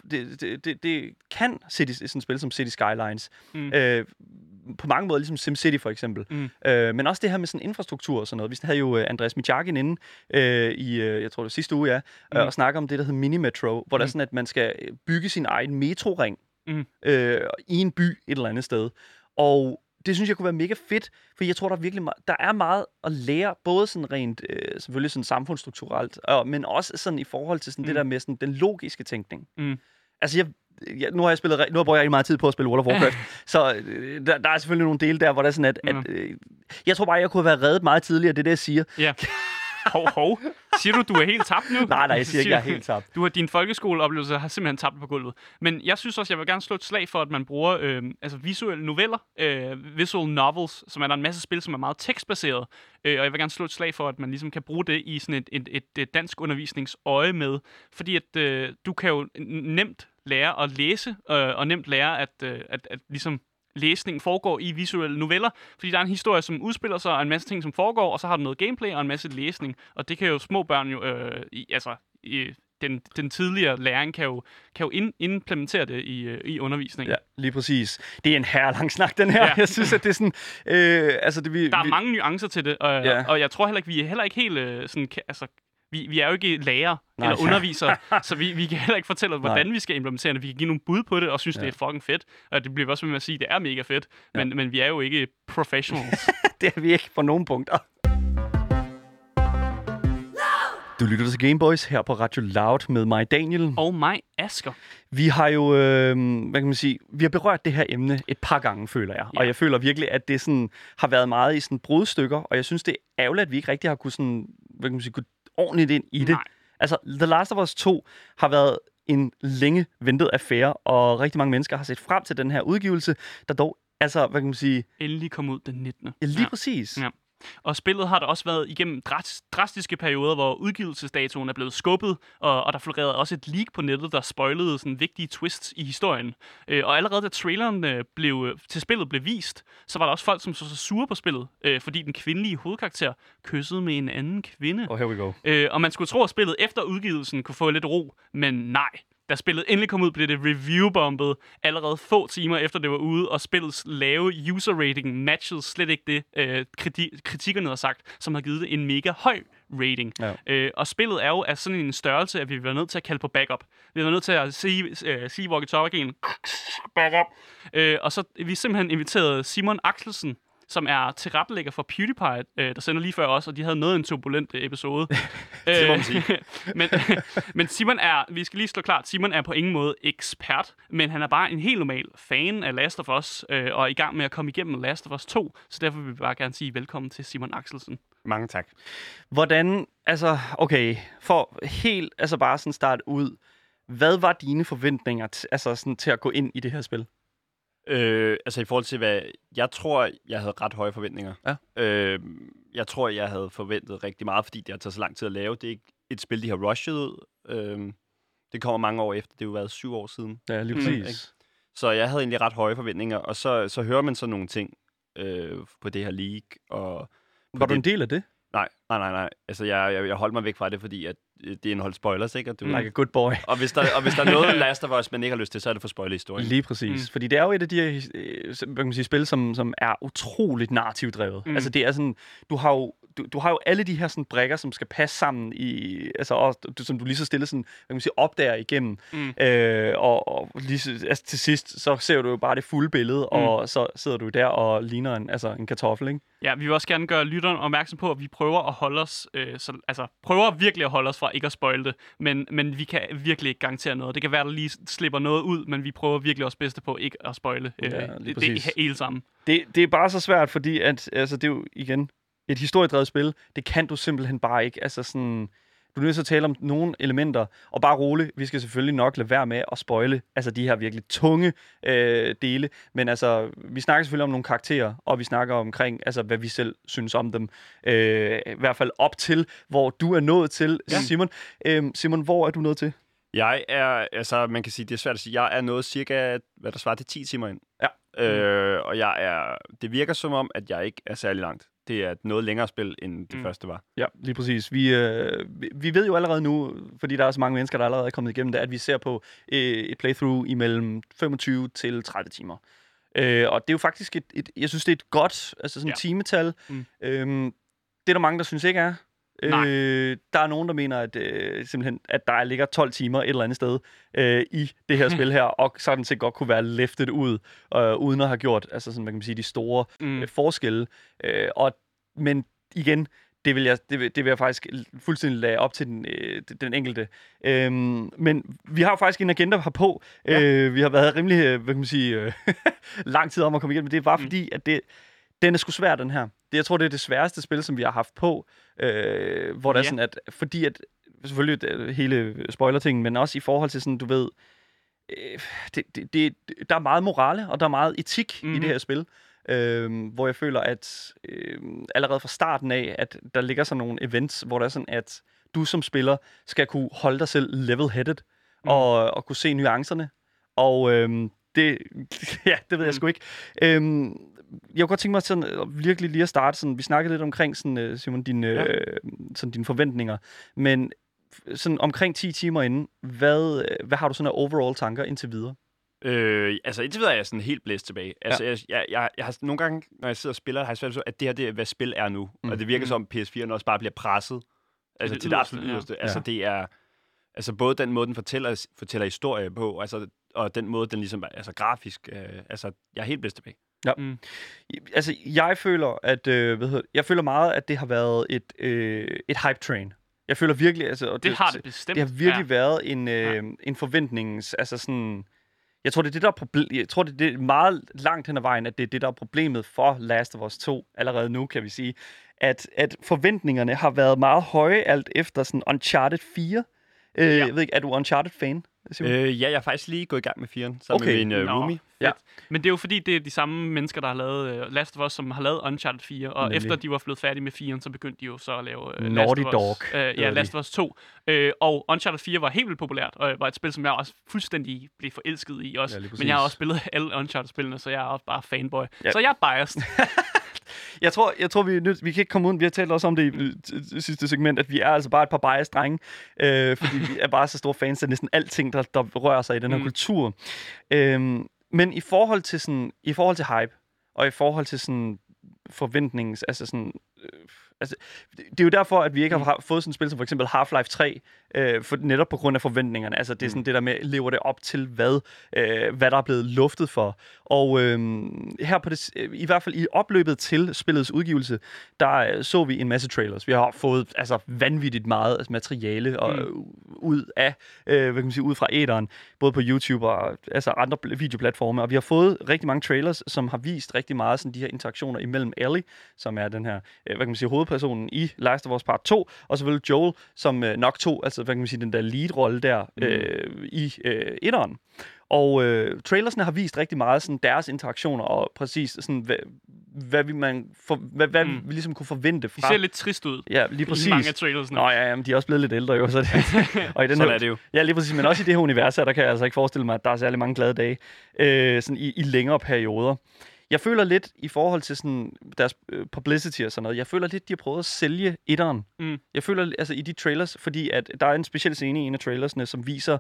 kan sådan et spil som City Skylines på mange måder, ligesom SimCity for eksempel. Men også det her med sådan infrastruktur og sådan noget. Vi havde jo Andreas Michakin inde jeg tror det sidste uge, og snakke om det, der hedder Minimetro, hvor der er sådan, at man skal bygge sin egen metroring i en by et eller andet sted. Og det synes jeg kunne være mega fedt, for jeg tror, der er meget at lære, både sådan rent, selvfølgelig sådan samfundsstrukturelt, men også sådan i forhold til sådan det der med sådan den logiske tænkning. Altså, nu har jeg brugt rigtig meget tid på at spille World of Warcraft, så der er selvfølgelig nogle dele der, hvor der er sådan, at jeg tror bare, jeg kunne have været reddet meget tidligere, det jeg siger. Ja. Hov. Siger du er helt tabt nu? Nej, jeg siger ikke, jeg er helt tabt. Din folkeskoleoplevelse har simpelthen tabt på gulvet. Men jeg synes også, jeg vil gerne slå et slag for, at man bruger visuelle noveller, visual novels, som er der en masse spil, som er meget tekstbaseret. Og jeg vil gerne slå et slag for, at man ligesom kan bruge det i sådan et dansk undervisningsøje med. Fordi at du kan jo nemt lære at læse, og nemt lære at ligesom læsningen foregår i visuelle noveller, fordi der er en historie, som udspiller sig, og en masse ting, som foregår, og så har du noget gameplay og en masse læsning, og det kan jo små børn jo, den tidligere læring kan jo implementere det i undervisningen. Ja, lige præcis. Det er en herrelang snak, den her. Ja. Jeg synes, at det er sådan... der er mange nuancer til det, og jeg tror heller ikke, vi er heller ikke helt sådan... Altså, vi er jo ikke lærer eller undervisere, så vi kan heller ikke fortælle os, hvordan vi skal implementere det. Vi kan give nogle bud på det, og synes, det er fucking fedt. Og det bliver også ved med at sige, at det er mega fedt, men vi er jo ikke professionals. Det er vi ikke på nogen punkter. Du lytter til Gameboys her på Radio Loud med mig, Daniel. Og mig, Asger. Vi har jo, hvad kan man sige, vi har berørt det her emne et par gange, føler jeg. Ja. Og jeg føler virkelig, at det sådan har været meget i sådan brudstykker, og jeg synes, det er ærgerligt, at vi ikke rigtig har kunne sådan, hvad kan man sige, gå ordentligt ind i det. Nej. Altså, The Last of Us 2 har været en længe ventet affære, og rigtig mange mennesker har set frem til den her udgivelse, der dog, altså, hvad kan man sige... Endelig kom ud den 19. Ja, lige præcis. Ja. Og spillet har der også været igennem drastiske perioder, hvor udgivelsesdatoen er blevet skubbet, og der florerede også et leak på nettet, der spoilede sådan vigtige twists i historien. Og allerede da traileren til spillet blev vist, så var der også folk, som så sure på spillet, fordi den kvindelige hovedkarakter kyssede med en anden kvinde. Oh, here we go. Og man skulle tro, at spillet efter udgivelsen kunne få lidt ro, men nej. Da spillet endelig kom ud, blev det review-bombet allerede få timer efter det var ude, og spillets lave user-rating matchede slet ikke det, kritikerne har sagt, som har givet det en mega høj rating. Ja. Og spillet er jo af sådan en størrelse, at vi bliver nødt til at kalde på backup. Vi er nødt til at sige walkie-talkie'en backup. Og så vi simpelthen inviteret Simon Axelsen, som er tilrettelægger for PewDiePie, der sender lige før os, og de havde noget en turbulent episode. Det må man sige. men Simon vi skal lige slå klart, Simon er på ingen måde ekspert, men han er bare en helt normal fan af Last of Us, og er i gang med at komme igennem Last of Us 2, så derfor vil vi bare gerne sige velkommen til Simon Axelsen. Mange tak. Hvordan, altså, okay, for helt, altså bare sådan starte ud, hvad var dine forventninger til at gå ind i det her spil? Altså i forhold til, hvad jeg tror, jeg havde ret høje forventninger. Ja. Jeg tror, jeg havde forventet rigtig meget, fordi det har taget så lang tid at lave. Det er ikke et spil, de har rushet ud. Det kommer mange år efter. Det har jo været 7 år siden. Ja, lige præcis. Så jeg havde egentlig ret høje forventninger, og så hører man så nogle ting på det her league. Og var du en del af det? Nej. Altså, jeg holdt mig væk fra det, fordi at det indeholdt spoilers, ikke? Like a good boy. Og hvis der er noget Last of Us, man ikke har lyst til, så er det for spoiler-historien. Lige præcis. Fordi det er jo et af de her, hvad kan man sige, spil, som er utroligt narrativt drevet. Altså, det er sådan, du har jo alle de her sådan brikker, som skal passe sammen i, altså også, som du lige så stille sådan, hvad kan man sige, opdager igennem. Og lige, altså, til sidst, så ser du jo bare det fulde billede, og så sidder du der og ligner en kartoffel, ikke? Ja, vi vil også gerne gøre lytteren opmærksom på, at vi prøver at holde os, prøver virkelig at holde os fra ikke at spoile det, men vi kan virkelig ikke garantere noget. Det kan være, der lige slipper noget ud, men vi prøver virkelig også bedste på ikke at spoile det hele sammen. Det er bare så svært, fordi at, altså, det er jo igen et historiedrevet spil. Det kan du simpelthen bare ikke. Altså sådan, du er nødt til at tale om nogle elementer, og bare roligt, vi skal selvfølgelig nok lade være med at spoile altså de her virkelig tunge dele, men altså, vi snakker selvfølgelig om nogle karakterer, og vi snakker omkring, altså, hvad vi selv synes om dem, i hvert fald op til, hvor du er nået til, Simon. Simon, hvor er du nået til? Jeg er, altså, man kan sige, det er svært at sige, jeg er nået cirka, hvad der svarer til 10 timer ind. Ja. Og det virker som om, at jeg ikke er særlig langt. Det er et noget længere spil, end det første var. Ja, lige præcis. Vi ved jo allerede nu, fordi der er så mange mennesker, der allerede er kommet igennem det, at vi ser på et playthrough imellem 25 til 30 timer. Og det er jo faktisk jeg synes, det er et godt sådan timetal. Det er der mange, der synes ikke er. Der er nogen, der mener, at simpelthen, at der ligger 12 timer et eller andet sted i det her spil her, og sådan set godt kunne være leftet ud, uden at have gjort, altså sådan, man kan sige, de store forskelle. Men igen, det vil jeg faktisk fuldstændig lade op til den enkelte. Men vi har jo faktisk en agenda herpå. Vi har været rimelig, hvad kan man sige, lang tid om at komme igennem. Det er bare fordi, at den er sgu svær, den her. jeg tror, det er det sværeste spil, som vi har haft på, hvor der er sådan, at fordi at, selvfølgelig hele spoiler-tingen, men også i forhold til sådan, du ved, der er meget morale, og der er meget etik i det her spil, hvor jeg føler, at allerede fra starten af, at der ligger sådan nogle events, hvor der er sådan, at du som spiller skal kunne holde dig selv level-headed, og kunne se nuancerne, og det ved jeg sgu ikke. Jeg kunne godt tænke mig sådan, virkelig lige at starte sådan, vi snakkede lidt omkring sådan, Simon, sådan dine forventninger, men sådan omkring 10 timer inden, hvad har du sådan af overall tanker indtil videre? Altså indtil videre er jeg sådan helt blæst tilbage. Altså jeg har nogle gange, når jeg sidder og spiller, har jeg svært at det her, det er, hvad spil er nu. Og det virker som PS4 også bare bliver presset altså til det absolut yderste. Ja. Altså det er altså både den måde den fortæller historie på, altså og den måde den ligesom altså grafisk, altså jeg er helt blæst tilbage. Ja. Altså jeg føler at jeg føler meget at det har været et hype train. Jeg føler virkelig altså det har det bestemt. Det har virkelig været en forventnings altså sådan. Jeg tror, det er meget langt hen ad vejen, at det er det, der er problemet for Last of Us 2 allerede nu, kan vi sige. At forventningerne har været meget høje alt efter sådan Uncharted 4. Jeg ved ikke, er du Uncharted-fan? Ja, jeg er faktisk lige gået i gang med 4'eren sammen med min roomie. Ja. Men det er jo fordi, det er de samme mennesker, der har lavet Last of Us, som har lavet Uncharted 4. Og efter de var blevet færdige med 4'eren, så begyndte de jo så at lave Last of Us 2. Og Uncharted 4 var helt vildt populært, og var et spil, som jeg også fuldstændig blev forelsket i også. Ja, men jeg har også spillet alle Uncharted-spillene, så jeg er også bare fanboy. Ja. Så jeg er biased. Jeg tror vi kan ikke komme ud. Vi har talt også om det i sidste segment, at vi er altså bare et par bias-drenge, fordi vi er bare så store fans af næsten alting, der rører sig i den her kultur. Men i forhold til hype, og i forhold til sådan forventnings, altså sådan, altså, det er jo derfor, at vi ikke har fået sådan et spil som for eksempel Half-Life 3, for netop på grund af forventningerne. Altså det er sådan det der med, lever det op til hvad der er blevet luftet for. Og her på det, i hvert fald i opløbet til spillets udgivelse, der så vi en masse trailers. Vi har fået altså vanvittigt meget materiale og ud af, hvad kan man sige, ud fra æteren, både på YouTube og altså andre videoplatforme. Og vi har fået rigtig mange trailers, som har vist rigtig meget sådan de her interaktioner imellem Ellie, som er den her, hvad kan man sige, hovedpersonen i Last of Us Part 2, og selvfølgelig Joel, som nok tog, altså hvad kan man sige, den der lead-rolle der i etteren. Og trailersne har vist rigtig meget sådan deres interaktioner og præcis sådan hvad vi ligesom kunne forvente fra. De ser lidt trist ud. Ja, lige præcis. I mange af trailersne. Nå ja, men de er også blevet lidt ældre jo, så det, og i den sådan her, er det jo. Ja, lige præcis, men også i det her univers her, der kan jeg altså ikke forestille mig, at der er særlig mange glade dage sådan i længere perioder. Jeg føler lidt i forhold til sådan deres publicity og sådan noget. Jeg føler lidt, de har prøvet at sælge etteren. Jeg føler altså i de trailers, fordi at der er en speciel scene i en af trailersne, som viser,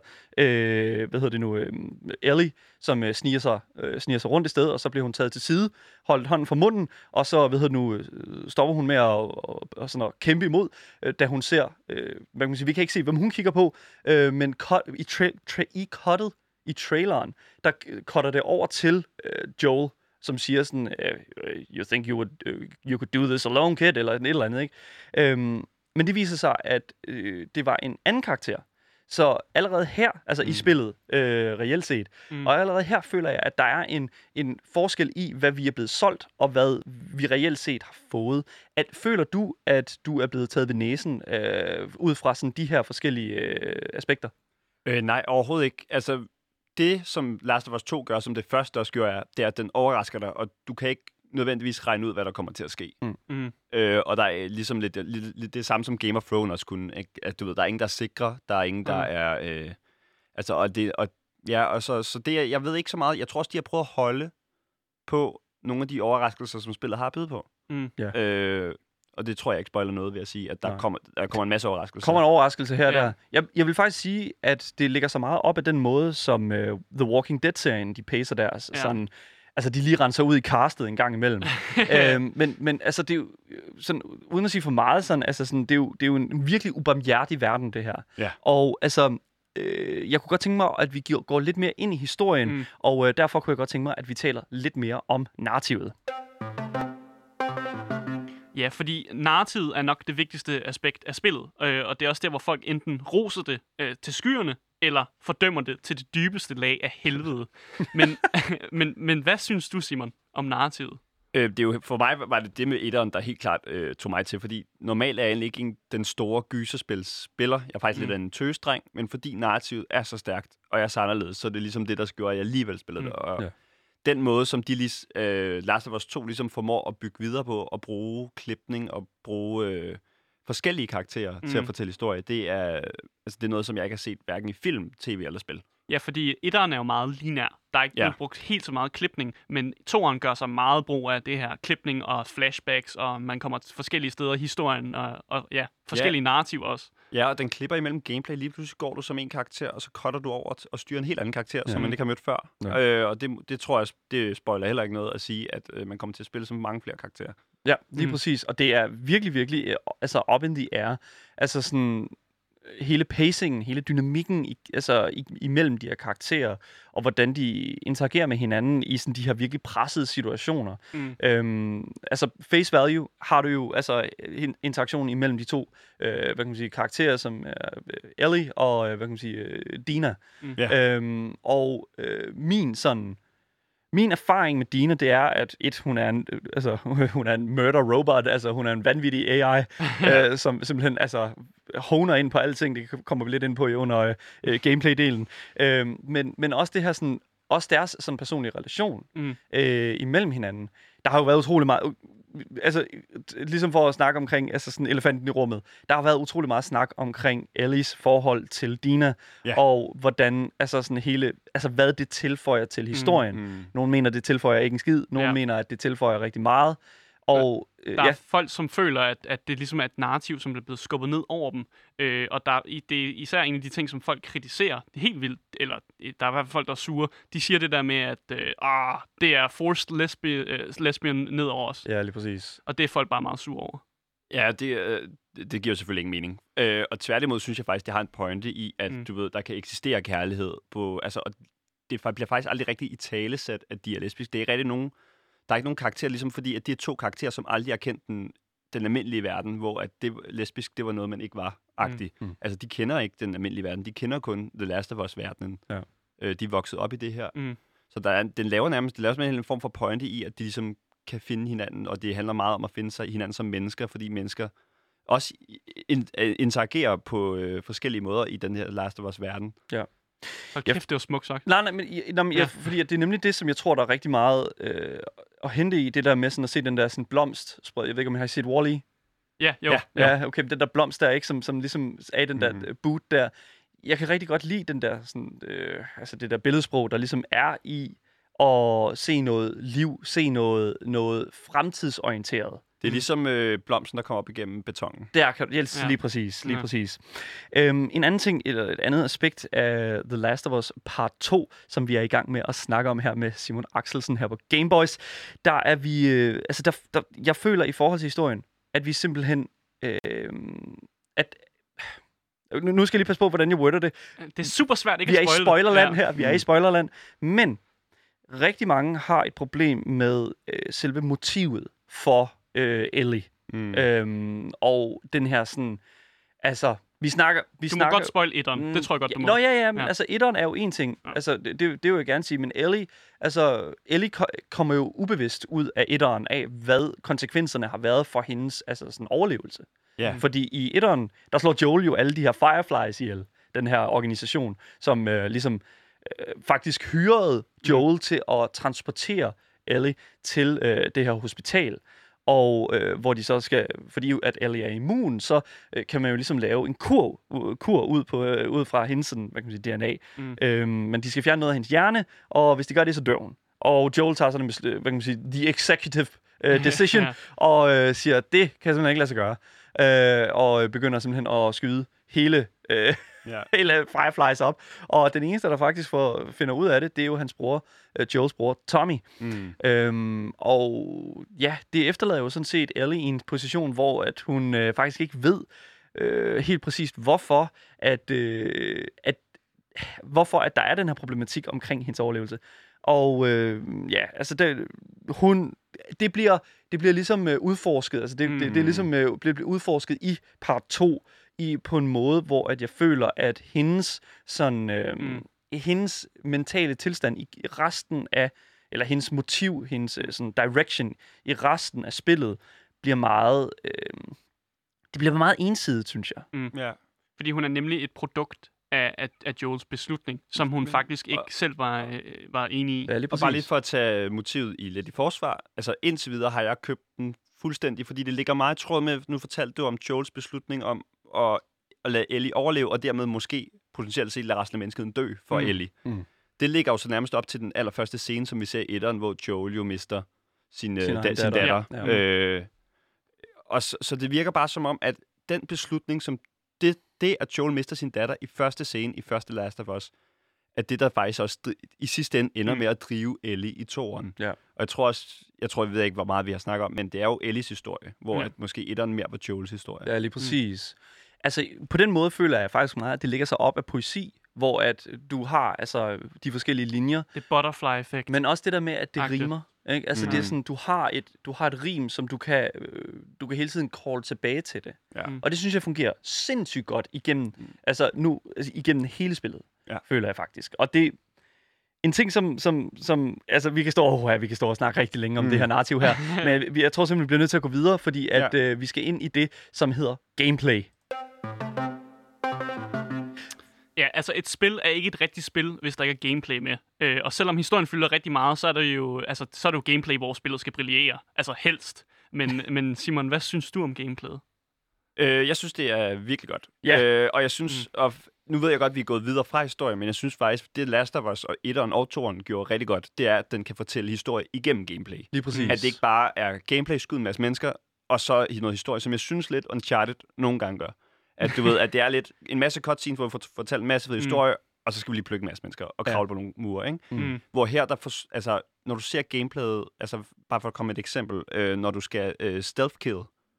Ellie, som sniger sig rundt i stedet, og så bliver hun taget til side, holdt hånden for munden, og så stopper hun med at sådan at kæmpe imod, da hun ser, hvad kan man sige, vi kan ikke se, hvem hun kigger på, men i traileren, der cutter det over til Joel, som siger sådan, you think you could do this alone, kid, eller et eller andet, ikke? Men det viser sig, at det var en anden karakter. Så allerede her, altså i spillet, reelt set, og allerede her føler jeg, at der er en forskel i, hvad vi er blevet solgt, og hvad vi reelt set har fået. Føler du, at du er blevet taget ved næsen, ud fra sådan de her forskellige aspekter? Nej, overhovedet ikke. Altså, det, som Last of Us 2 gør, som det første også gjorde, det er, at den overrasker dig, og du kan ikke nødvendigvis regne ud, hvad der kommer til at ske. Og der er ligesom lidt det samme, som Game of Thrones også kunne. Ikke? At du ved, der er ingen, der er sikre, der er ingen, der er... så det, jeg ved ikke så meget. Jeg tror også, de har prøvet at holde på nogle af de overraskelser, som spillet har at byde på. Og det tror jeg ikke spoiler noget ved at sige, at der kommer en masse overraskelser. Kommer en overraskelse her der. Jeg vil faktisk sige, at det ligger så meget op af den måde, som The Walking Dead-serien, de pacer deres. Sådan, altså, de lige renser ud i castet en gang imellem. Men altså, det er jo sådan, uden at sige for meget, sådan, altså, sådan, det er jo en virkelig ubarmhjertig verden, det her. Ja. Og altså... jeg kunne godt tænke mig, at vi går lidt mere ind i historien, og derfor kunne jeg godt tænke mig, at vi taler lidt mere om narrativet. Ja, fordi narrativet er nok det vigtigste aspekt af spillet, og det er også der, hvor folk enten roser det til skyerne, eller fordømmer det til det dybeste lag af helvede. Men hvad synes du, Simon, om narrativet? Det er jo, for mig var det med etteren, der helt klart tog mig til, fordi normalt er jeg egentlig ikke den store gyserspilsspiller. Jeg er faktisk lidt af en tøsdreng, men fordi narrativet er så stærkt, og jeg er så anderledes, så er det ligesom det, der gjorde, at jeg alligevel spillede det. Og den måde, som de Last of Us 2 ligesom formår at bygge videre på, og bruge klipning og bruge forskellige karakterer til at fortælle historie, det er noget, som jeg ikke har set hverken i film, tv eller spil. Ja, fordi etteren er jo meget lineær. Der er ikke brugt helt så meget klipning, men toeren gør sig meget brug af det her klipning og flashbacks, og man kommer til forskellige steder i historien, og forskellige narrativer også. Ja, og den klipper imellem gameplay. Lige pludselig går du som en karakter, og så cutter du over og styrer en helt anden karakter, som man ikke har mødt før. Ja. Og det tror jeg, det spoiler heller ikke noget at sige, at man kommer til at spille som mange flere karakterer. Ja, lige præcis. Og det er virkelig, virkelig up in the air. Altså sådan hele pacingen, hele dynamikken imellem de her karakterer, og hvordan de interagerer med hinanden i sådan de her virkelig pressede situationer. Face value har du jo interaktionen imellem de to karakterer, som Ellie og Dina. Min erfaring med Dina, det er, at hun er en murder robot, altså hun er en vanvittig AI, som simpelthen honer ind på alle ting. Det kommer vi lidt ind på under gameplay-delen. Men også det her sådan, også deres sådan personlige relation imellem hinanden. Der har jo været utrolig meget, ligesom for at snakke omkring sådan elefanten i rummet, der har været utrolig meget snak omkring Ellies forhold til Dina, og hvordan hvad det tilføjer til historien. Nogle mener, det tilføjer ikke en skid, nogle mener, at det tilføjer rigtig meget. Og der er folk, som føler, at det ligesom er et narrativ, som er blevet skubbet ned over dem. Og det er især en af de ting, som folk kritiserer. Det er helt vildt. Eller der er i hvert fald folk, der er sure. De siger det der med, at det er forced lesbian ned over os. Ja, lige præcis. Og det er folk bare meget sure over. Ja, det giver selvfølgelig ingen mening. Og tværtimod synes jeg faktisk, det har en pointe i, at du ved, der kan eksistere kærlighed på... og det bliver faktisk aldrig rigtig italesat, at de er lesbiske. Det er rigtig nogen... Der er ikke nogen karakter, ligesom fordi, at det er to karakterer, som aldrig har kendt den almindelige verden, hvor at det lesbisk, det var noget, man ikke var-agtigt. Altså, de kender ikke den almindelige verden. De kender kun The Last of Us-verdenen. Ja. De er vokset op i det her. Så den laver nærmest en form for pointe i, at de ligesom kan finde hinanden, og det handler meget om at finde sig i hinanden som mennesker, fordi mennesker også interagerer på forskellige måder i den her Last of Us-verden. Ja. Og kæft, det var smukt sagt. Nej, fordi det er nemlig det, som jeg tror, der er rigtig meget at hente i, det der med sådan at se den der sådan blomst. Jeg ved ikke, om jeg har set Wall-E? Ja, jo. Ja, okay, den der blomst der, ikke, som ligesom er den der boot der. Jeg kan rigtig godt lide den der sådan, det der billedsprog, der ligesom er i at se noget liv, se noget fremtidsorienteret. Det er ligesom blomsten, der kommer op igennem betongen. Det er lige præcis. Lige præcis. En anden ting, eller et andet aspekt af The Last of Us Part 2, som vi er i gang med at snakke om her med Simon Axelsen her på Gameboys, der er vi... jeg føler i forhold til historien, at vi simpelthen... Nu skal jeg lige passe på, hvordan jeg worder det. Det er super svært ikke at spoile. Vi er i spoilerland her. Vi er i spoilerland. Men rigtig mange har et problem med selve motivet for Ellie. Og den her sådan... Vi snakker... Du må godt spoil etteren. Det tror jeg godt, du må. Nå, ja, men etteren er jo en ting. Ja. Det vil jeg gerne sige. Men Ellie kommer jo ubevidst ud af etteren af, hvad konsekvenserne har været for hendes sådan overlevelse. Yeah. Fordi i etteren, der slår Joel jo alle de her Fireflies ihjel. Den her organisation, som faktisk hyrede Joel til at transportere Ellie til det her hospital. Og hvor de så skal, fordi at Ellie er immun, så kan man jo ligesom lave en kur ud fra hendes sådan, DNA. Men de skal fjerne noget af hendes hjerne, og hvis de gør det, så dør hun. Og Joel tager sådan en, the executive decision, og siger, at det kan simpelthen ikke lade sig gøre. Og begynder simpelthen at skyde hele Fireflies op. Og den eneste, der faktisk finder ud af det, det er jo hans bror, Joels bror, Tommy. Og ja, det efterlader jo sådan set Ellie i en position, hvor at hun faktisk ikke ved helt præcist, hvorfor at der er den her problematik omkring hendes overlevelse. Og det bliver ligesom udforsket. Altså det er ligesom bliver udforsket i part 2 på en måde, hvor at jeg føler, at hendes sådan hendes mentale tilstand i resten af eller hendes motiv, hendes sådan direction i resten af spillet, bliver meget... det bliver meget ensidigt, synes jeg. Ja. Fordi hun er nemlig et produkt af Joels beslutning, som hun faktisk ikke selv var enig i. Ja, og bare lige for at tage motivet lidt i forsvar. Altså indtil videre har jeg købt den fuldstændig, fordi det ligger meget i tråd med, nu fortalte du om Joels beslutning om at lade Ellie overleve, og dermed måske potentielt set lade resten af mennesket dø for Ellie. Det ligger jo så nærmest op til den allerførste scene, som vi ser i etteren, hvor Joel jo mister sin datter. Ja. Og så det virker bare som om, at den beslutning, som det at Joel mister sin datter i første scene, i første Last of Us, at det der faktisk også i sidste ende ender med at drive Ellie i toeren. Ja. Og jeg ved ikke, hvor meget vi har snakket om, men det er jo Ellies historie, hvor at måske etteren mere var Joels historie. Ja, lige præcis. Altså, på den måde føler jeg faktisk meget, at det ligger sig op af poesi, hvor at du har altså de forskellige linjer. Det butterfly-effekt. Men også det der med, at det rimer. Ikke? Altså, det er sådan, du har et rim, som du kan hele tiden call tilbage til det. Ja. Og det synes jeg fungerer sindssygt godt igennem hele spillet, føler jeg faktisk. Og det en ting, som altså, vi kan stå og snakke rigtig længe om det her narrativ her, men jeg tror simpelthen, vi bliver nødt til at gå videre, fordi at vi skal ind i det, som hedder gameplay. Ja, altså et spil er ikke et rigtigt spil, hvis der ikke er gameplay med. Og selvom historien fylder rigtig meget, så er det jo gameplay, hvor spillet skal brillere. Altså helst. Men Simon, hvad synes du om gameplayet? Jeg synes, det er virkelig godt. Yeah. Og jeg synes, og nu ved jeg godt, at vi er gået videre fra historien, men jeg synes faktisk, det Last of Us og 1'eren og 2'eren gjorde rigtig godt, det er, at den kan fortælle historie igennem gameplay. Lige præcis. At det ikke bare er gameplay, skud en masse mennesker, og så noget historie, som jeg synes lidt Uncharted nogle gange gør. At du ved, at det er lidt en masse cutscenes, hvor vi får fortalt en masse historie, og så skal vi lige plukke en masse mennesker og kravle på nogle mure, ikke? Hvor her, når du ser gameplayet, altså bare for at komme med et eksempel, når du skal stealth kill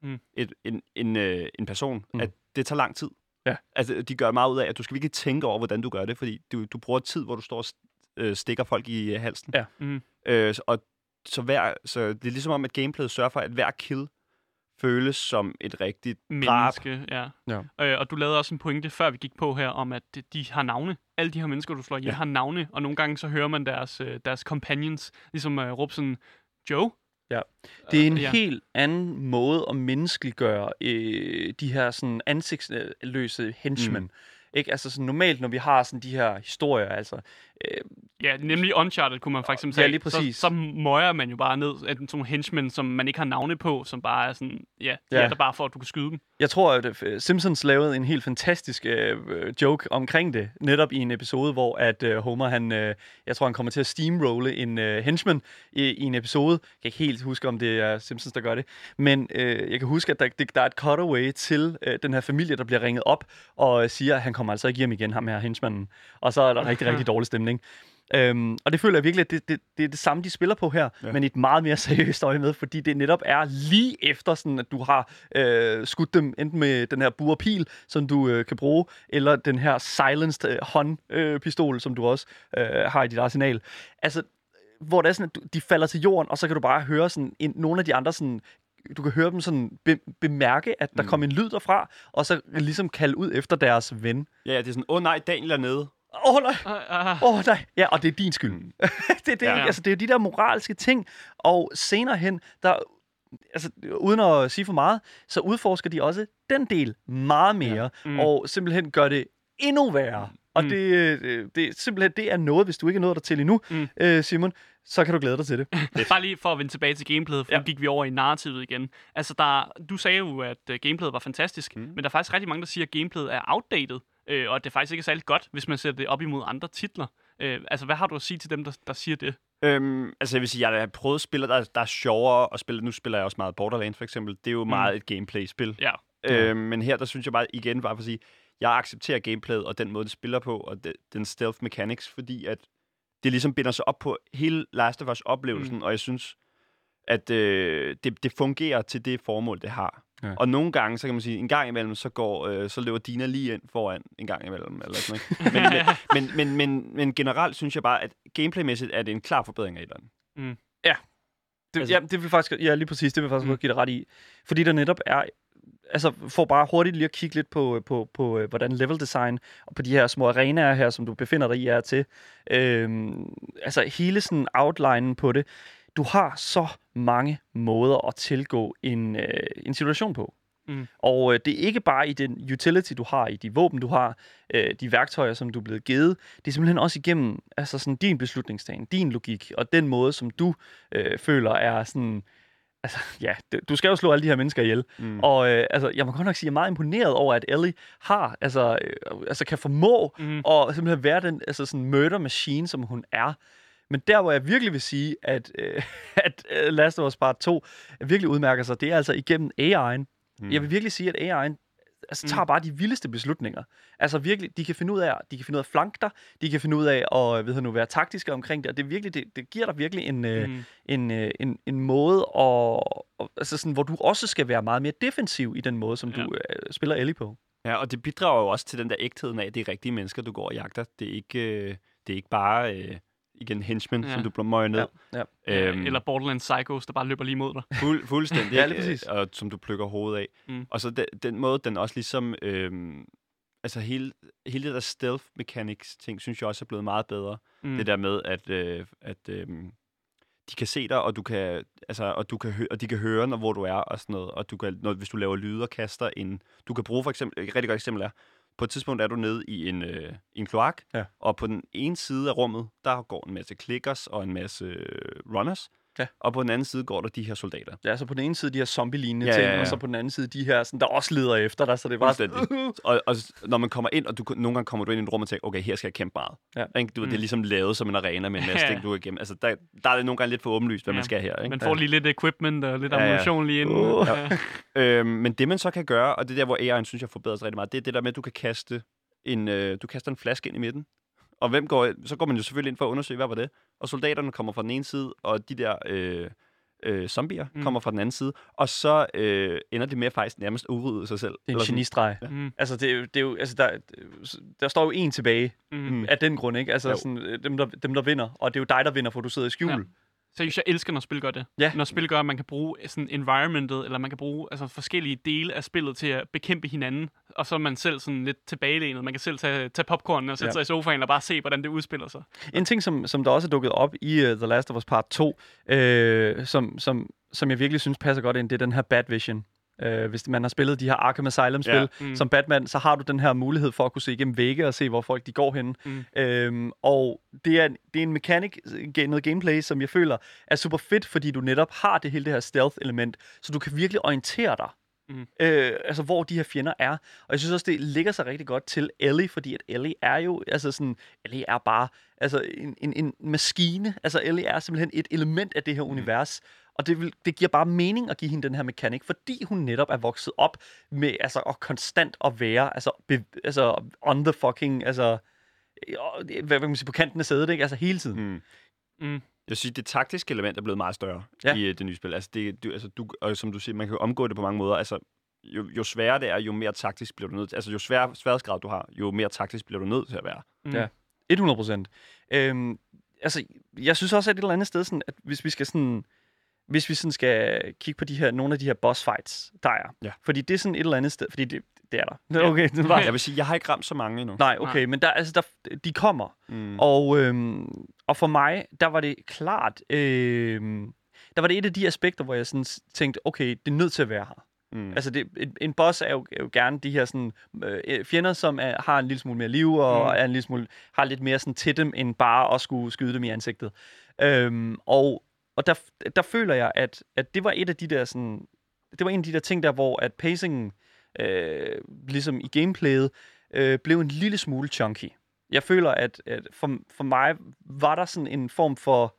en person, at det tager lang tid. Ja. Altså, de gør meget ud af, at du skal virkelig tænke over, hvordan du gør det, fordi du bruger tid, hvor du står og stikker folk i halsen. Ja. Så det er ligesom om, at gameplayet sørger for, at hver kill føles som et rigtigt menneske, ja. Og du lavede også en pointe, før vi gik på her, om at de har navne. Alle de her mennesker, du slår ihjel, har navne, og nogle gange så hører man deres companions, ligesom råbe sådan, Joe? Ja. Det er en helt anden måde at menneskeliggøre de her sådan ansigtsløse henchmen. Ikke? Altså sådan, normalt, når vi har sådan de her historier, altså... ja, nemlig Uncharted, kunne man faktisk sige. Ja, lige præcis. Så møjer man jo bare ned af sådan nogle henchmen, som man ikke har navne på, som bare er sådan, er der bare for, at du kan skyde dem. Jeg tror, at Simpsons lavede en helt fantastisk joke omkring det, netop i en episode, hvor at Homer, jeg tror, han kommer til at steamrolle en henchman i en episode. Jeg kan ikke helt huske, om det er Simpsons, der gør det. Men jeg kan huske, at der er et cutaway til den her familie, der bliver ringet op og siger, at han kommer altså ikke hjem igen, ham her henchmanen. Og så er der rigtig, rigtig dårlig stemning. Og det føler jeg virkelig, at det er det samme, de spiller på her, men i et meget mere seriøst øje med, fordi det netop er lige efter, sådan, at du har skudt dem enten med den her burpil, som du kan bruge, eller den her silenced håndpistol, som du også har i dit arsenal. Altså, hvor det er sådan, at de falder til jorden, og så kan du bare høre sådan, nogle af de andre sådan... Du kan høre dem sådan bemærke, at der kommer en lyd derfra, og så ligesom kalde ud efter deres ven. Ja, det er sådan, nej, Daniel er nede. Nej. Ja, og det er din skyld. det er jo de der moralske ting. Og senere hen, uden at sige for meget, så udforsker de også den del meget mere, og simpelthen gør det endnu værre. Og det simpelthen, det er noget, hvis du ikke er nået der til endnu, Simon, så kan du glæde dig til det. Bare lige for at vende tilbage til gameplayet, for nu gik vi over i narrativet igen. Altså, du sagde jo, at gameplayet var fantastisk, men der er faktisk rigtig mange, der siger, at gameplayet er outdated, og at det faktisk ikke er særlig godt, hvis man sætter det op imod andre titler. Altså, hvad har du at sige til dem, der siger det? Altså, jeg vil sige, at jeg har prøvet spil, der er sjovere at spille. Nu spiller jeg også meget Borderlands, for eksempel. Det er jo meget et gameplay-spil. Ja. Men her, der synes jeg bare igen, bare for at sige, jeg accepterer gameplayet og den måde, det spiller på, og den stealth mechanics, fordi at det ligesom binder sig op på hele Last of Us-oplevelsen, og jeg synes, at det fungerer til det formål, det har. Ja. Og nogle gange, så kan man sige, en gang imellem, så løber Dina lige ind foran en gang imellem, eller sådan noget. men generelt synes jeg bare, at gameplaymæssigt er det en klar forbedring af etteren. Ja. Det vil faktisk, lige præcis, det vil faktisk godt give dig ret i. Fordi der netop er, altså for bare hurtigt lige at kigge lidt på hvordan level design og på de her små arenaer her, som du befinder dig i, er til. Altså hele sådan outlinen på det. Du har så mange måder at tilgå en situation på. Og det er ikke bare i den utility, du har, i de våben, du har, de værktøjer, som du er blevet givet. Det er simpelthen også igennem altså sådan din beslutningstagen, din logik, og den måde, som du føler er sådan... Altså, ja, du skal jo slå alle de her mennesker ihjel. Og altså, jeg må godt nok sige, at jeg er meget imponeret over, at Ellie har, altså kan formå at simpelthen være den altså sådan murder machine, som hun er. Men der, hvor jeg virkelig vil sige, at Last of Us Part 2 virkelig udmærker sig, det er altså igennem AI'en. Jeg vil virkelig sige, at AI'en tager bare de vildeste beslutninger. Altså virkelig, de kan finde ud af at flanke dig, de kan finde ud af at være taktiske omkring det, og det er virkelig, det giver dig virkelig en måde, altså sådan, hvor du også skal være meget mere defensiv i den måde, som du spiller Ellie på. Ja, og det bidrager jo også til den der ægtheden af, at det er rigtige mennesker, du går og jagter. Det er ikke bare... igen henchmen, som du plummer ned. Ja. Eller Borderlands Psychos, der bare løber lige mod dig. Fuldstændig. Ja, lige præcis. Og som du plukker hovedet af. Og så den måde, den også ligesom... altså hele det der stealth mechanics ting, synes jeg også er blevet meget bedre. Det der med, at de kan se dig, og du kan, og de kan høre, hvor du er, og sådan noget. Og du kan, hvis du laver lyde og kaster du kan bruge for eksempel, et rigtig godt eksempel er, på et tidspunkt er du nede i en kloak, og på den ene side af rummet, der går en masse clickers og en masse runners, og på den anden side går der de her soldater. Ja, så på den ene side de her zombie-lignende ting, og så på den anden side de her, sådan, der også leder efter dig, så det er bare... og når man kommer ind, og nogle gange kommer du ind i et rum og tænker, okay, her skal jeg kæmpe meget. Ja. Det er ligesom lavet som en arena med en masse ting, du kan igennem. Altså, der er det nogle gange lidt for åbenlyst, hvad man skal her. Ikke? Man får lige lidt equipment og lidt ammunition lige inden. Men det man så kan gøre, og det der, hvor AI'en synes jeg forbedrer sig rigtig meget, det er det der med, at du kan kaste en flaske ind i midten. Og så går man jo selvfølgelig ind for at undersøge, hvad var det. Og soldaterne kommer fra den ene side, og de der zombier kommer fra den anden side. Og så ender det med at faktisk nærmest udrydde sig selv. Det er en genistreg. Ja. Altså, det er jo, altså der står jo en tilbage af den grund, ikke? Altså, sådan, dem, der vinder. Og det er jo dig, der vinder, for du sidder i skjul. Ja. Seriøst, jeg elsker, når spil gør det. Ja. Når spil gør, at man kan bruge sådan environmentet, eller man kan bruge altså, forskellige dele af spillet til at bekæmpe hinanden, og så er man selv sådan lidt tilbagelænet. Man kan selv tage popcorn og sætte sig i sofaen og bare se, hvordan det udspiller sig. En ting, som der også er dukket op i The Last of Us Part 2, som jeg virkelig synes passer godt ind, det er den her Bad Vision. Hvis man har spillet de her Arkham Asylum-spil som Batman, så har du den her mulighed for at kunne se igennem vægge og se, hvor folk de går henne. Og det er en mekanik, noget gameplay, som jeg føler er super fedt, fordi du netop har det her stealth-element, så du kan virkelig orientere dig. Altså hvor de her fjender er. Og jeg synes også, det ligger sig rigtig godt til Ellie, fordi at Ellie er jo, altså sådan, Ellie er bare altså en maskine. Altså Ellie er simpelthen et element af det her univers. Og det giver bare mening at give hende den her mekanik, fordi hun netop er vokset op med altså at konstant at være altså on the fucking hvad kan man sige, på kanten af sædet, ikke? Altså hele tiden. Jeg synes, det taktiske element er blevet meget større i det nye spil. Altså og som du siger, man kan jo omgå det på mange måder. Altså jo sværere det er, jo mere taktisk bliver du nødt til. Altså jo sværere sværhedsgrad du har, jo mere taktisk bliver du nødt til at være. Ja, 100%. Altså jeg synes også, at et eller andet sted sådan, at hvis vi sådan skal kigge på nogle af de her boss fights, der er. Fordi det er sådan et eller andet sted, fordi det er der. Okay, det var. Jeg vil sige, jeg har ikke ramt så mange endnu. Nej, okay, men de kommer. Og for mig, der var det klart, der var det et af de aspekter, hvor jeg sådan tænkte, okay, det er nødt til at være her. Altså en boss er jo gerne de her sådan fjender, som har en lille smule mere liv og er en lille smule har lidt mere sådan til dem end bare at skulle skyde dem i ansigtet. Og der føler jeg, at det var et af de der sådan, det var en af de der ting der, hvor at pacingen ligesom i gameplayet blev en lille smule chunky. Jeg føler, at for mig var der sådan en form for,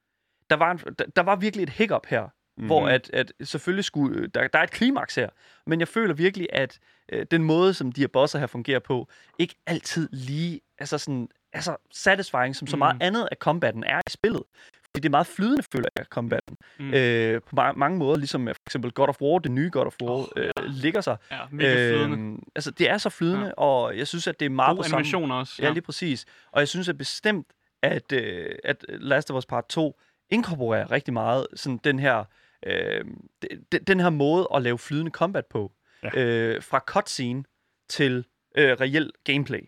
der var virkelig et hiccup her, hvor at selvfølgelig skulle, der er et klimaks her, men jeg føler virkelig, at den måde, som de her bosser her fungerer på, ikke altid lige satisfying, som så meget andet af combaten er i spillet. Fordi det er meget flydende, føler jeg, combaten. På mange måder, ligesom for eksempel God of War, det nye God of War, ligger sig. Ja, mega flydende. Altså, det er så flydende, og jeg synes, at det er meget på animationer også. Ja, lige præcis. Og jeg synes at bestemt, at Last of Us Part 2 inkorporerer rigtig meget sådan den her måde at lave flydende combat på. fra cutscene til reel gameplay.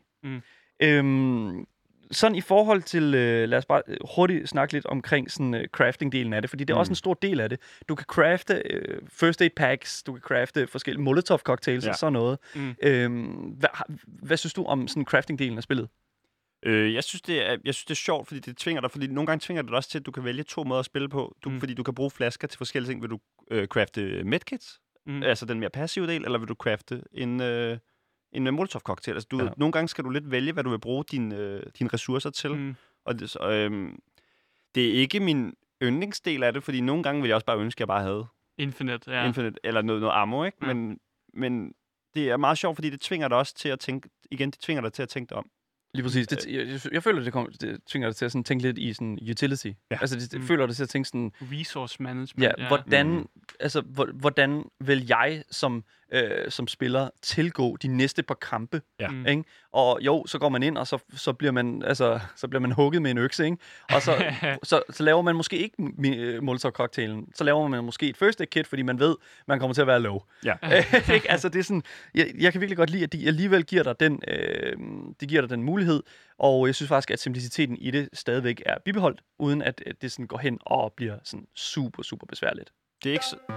Sådan i forhold til, lad os bare hurtigt snakke lidt omkring sådan crafting-delen af det, fordi det er også en stor del af det. Du kan crafte first aid packs, du kan crafte forskellige Molotov cocktails og sådan noget. Hvad synes du om sådan crafting-delen af spillet? Jeg synes, det er sjovt, fordi det tvinger dig, fordi nogle gange tvinger det også til, at du kan vælge 2 måder at spille på. Fordi du kan bruge flasker til forskellige ting. Vil du crafte medkits, altså den mere passive del, eller vil du crafte en Molotov cocktail? Altså, nogle gange skal du lidt vælge, hvad du vil bruge dine ressourcer til. Og det er ikke min yndlingsdel af det, fordi nogle gange vil jeg også bare ønske, at jeg bare havde Infinite, eller noget ammo, ikke? Men det er meget sjovt, fordi det tvinger dig også til at tænke, igen, det tvinger dig til at tænke dig om. Lige præcis. Jeg føler, det tvinger dig til at sådan tænke lidt i sådan utility. Ja. Altså, det føler dig til at tænke sådan... Resource management. Ja, hvordan vil jeg som spiller tilgå de næste par kampe? Ja. Ikke? Og jo, så går man ind, og så bliver man hugget med en økse, ikke? Og så laver man måske ikke Molotov-cocktailen. Så laver man måske et first aid kit, fordi man ved, man kommer til at være low. Ja. Ikke? Altså, det er sådan... Jeg kan virkelig godt lide, at de alligevel giver dig den mulighed, og jeg synes faktisk, at simpliciteten i det stadigvæk er bibeholdt, uden at det sådan går hen og bliver sådan super, super besværligt. Det er ikke så...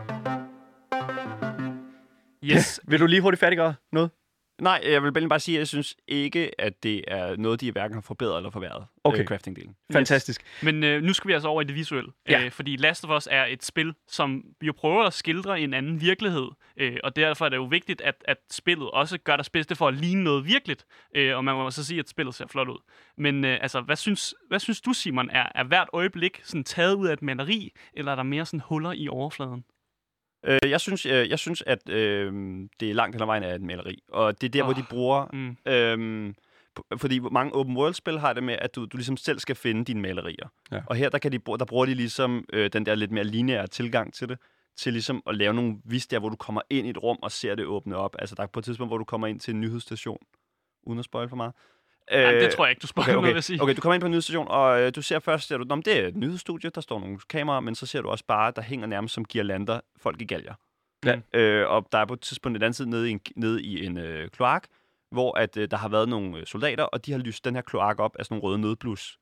Yes. Vil du lige hurtigt færdiggøre noget? Nej, jeg vil bare sige, at jeg synes ikke, at det er noget, de hverken har forbedret eller forværret. Crafting-delen. Fantastisk. Yes. Men nu skal vi altså over i det visuelle. Fordi Last of Us er et spil, som jo prøver at skildre en anden virkelighed. Og derfor er det jo vigtigt, at spillet også gør deres bedste for at ligne noget virkeligt. Og man må så sige, at spillet ser flot ud. Men altså, hvad synes du, Simon, er hvert øjeblik sådan taget ud af et maleri, eller er der mere sådan huller i overfladen? Jeg synes, at det er langt hen ad vejen af et maleri, og det er der, hvor de bruger... fordi mange open world-spil har det med, at du ligesom selv skal finde dine malerier. Ja. Og her der bruger de ligesom den der lidt mere lineære tilgang til det, til ligesom at lave nogle der, hvor du kommer ind i et rum og ser det åbne op. Altså der er på et tidspunkt, hvor du kommer ind til en nyhedsstation, uden at spoil for meget. Nej, det tror jeg ikke, du spoiler noget, vil sige. Okay, du kommer ind på en nyhedsstation, og du ser først, det er et nyhedsstudie, der står nogle kameraer, men så ser du også bare, der hænger nærmest som girlander folk i galger. Ja. Og der er på et tidspunkt et andet sted nede i en kloak, hvor at der har været nogle soldater, og de har lyst den her kloak op af sådan nogle røde nødblus.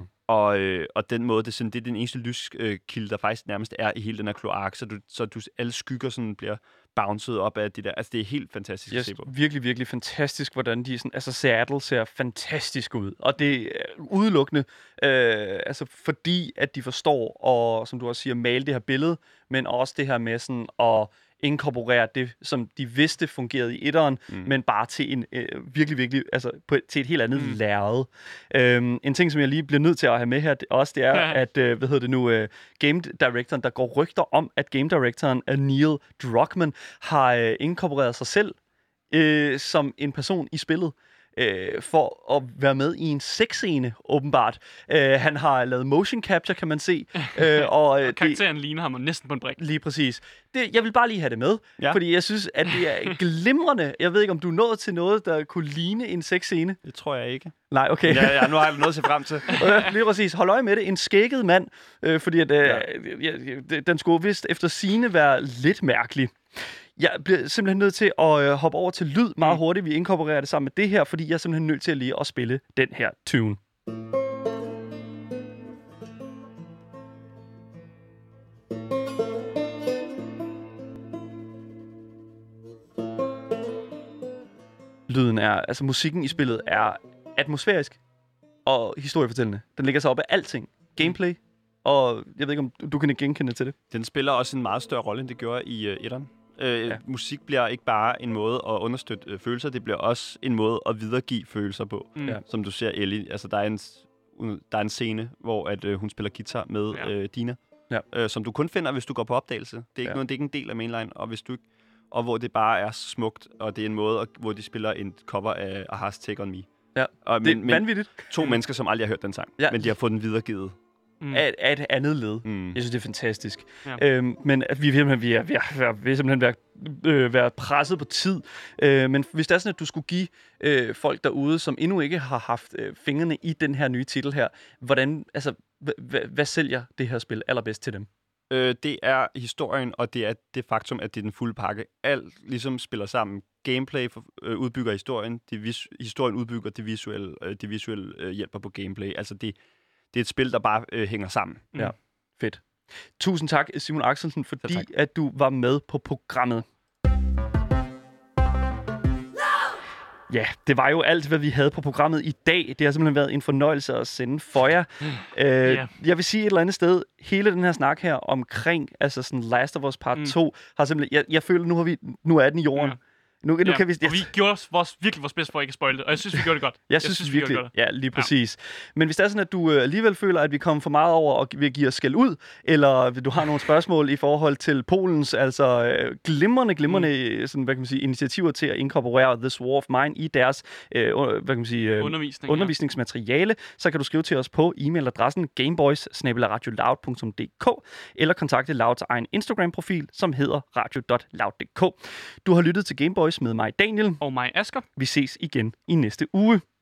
Og den måde, det er den eneste lyskilde, der faktisk nærmest er i hele den her kloak, så alle skygger sådan bliver bounced op af det der. Altså, det er helt fantastisk at se på. Virkelig, virkelig fantastisk, hvordan de sådan... Altså, Seattle ser fantastisk ud. Og det er udelukkende, fordi at de forstår, og som du også siger, male det her billede, men også det her med sådan at inkorporere det, som de vidste fungerede i etteren, men bare til en virkelig, virkelig, altså til et helt andet lærred. En ting, som jeg lige bliver nødt til at have med her, det er, at, game directoren, der går rygter om, at game directoren Neil Druckmann har inkorporeret sig selv som en person i spillet, for at være med i en sexscene, åbenbart. Han har lavet motion capture, kan man se. Og karakteren ligner ham næsten på en brik. Lige præcis. Jeg vil bare lige have det med, fordi jeg synes, at det er glimrende. Jeg ved ikke, om du er nået til noget, der kunne ligne en sexscene. Det tror jeg ikke. Nej, okay. Ja, nu har jeg noget at se frem til. Lige præcis. Hold øje med det. En skægget mand, fordi at, den skulle vist efter sigende være lidt mærkelig. Jeg bliver simpelthen nødt til at hoppe over til lyd meget hurtigt. Vi inkorporerer det sammen med det her, fordi jeg er simpelthen nødt til at lige at spille den her tune. Lyden er, altså musikken i spillet er atmosfærisk og historiefortællende. Den ligger sig op af alting. Gameplay, og jeg ved ikke, om du kan genkende til det. Den spiller også en meget større rolle, end det gjorde i etteren. Musik bliver ikke bare en måde at understøtte følelser, det bliver også en måde at videregive følelser på. Som du ser Ellie, altså der er en scene, hvor at, hun spiller guitar med Dina, som du kun finder, hvis du går på opdagelse. Det er ikke noget, det er ikke en del af mainline, og hvor det bare er så smukt, og det er en måde, hvor de spiller en cover af Aha's Take On Me. Ja, det er vanvittigt. 2 mennesker, som aldrig har hørt den sang, men de har fået den videregivet. Af et andet led. Jeg synes, det er fantastisk. Ja. Men vi vil simpelthen være presset på tid. Men hvis det er sådan, at du skulle give folk derude, som endnu ikke har haft fingrene i den her nye titel her, hvordan, altså, hvad sælger det her spil allerbedst til dem? Det er historien, og det er det faktum, at det er den fulde pakke. Alt ligesom spiller sammen. Gameplay udbygger historien, historien udbygger det visuelle hjælper på gameplay. Altså det er et spil, der bare hænger sammen. Ja, fedt. Tusind tak, Simon Axelsen, fordi at du var med på programmet. Ja, det var jo alt, hvad vi havde på programmet i dag. Det har simpelthen været en fornøjelse at sende for jer. Jeg vil sige et eller andet sted, hele den her snak her omkring altså sådan Last of Us Part 2, har simpelthen, jeg føler, nu er den i jorden. Nu kan vi, og vi gjorde virkelig vores bedste for ikke at spoile det, og jeg synes, vi gjorde det godt. Jeg synes virkelig, ja, lige præcis. Men hvis det er sådan, at du alligevel føler, at vi kommer for meget over og vil give os skæld ud, eller du har nogle spørgsmål i forhold til Polens altså glimrende sådan, hvad kan man sige, initiativer til at inkorporere This War of Mine i deres hvad kan man sige, undervisningsmateriale, så kan du skrive til os på e-mailadressen gameboys@radioloud.dk eller kontakte Louds egen Instagram-profil, som hedder radio.loud.dk. Du har lyttet til Gameboys med mig, Daniel. Og mig, Asger. Vi ses igen i næste uge.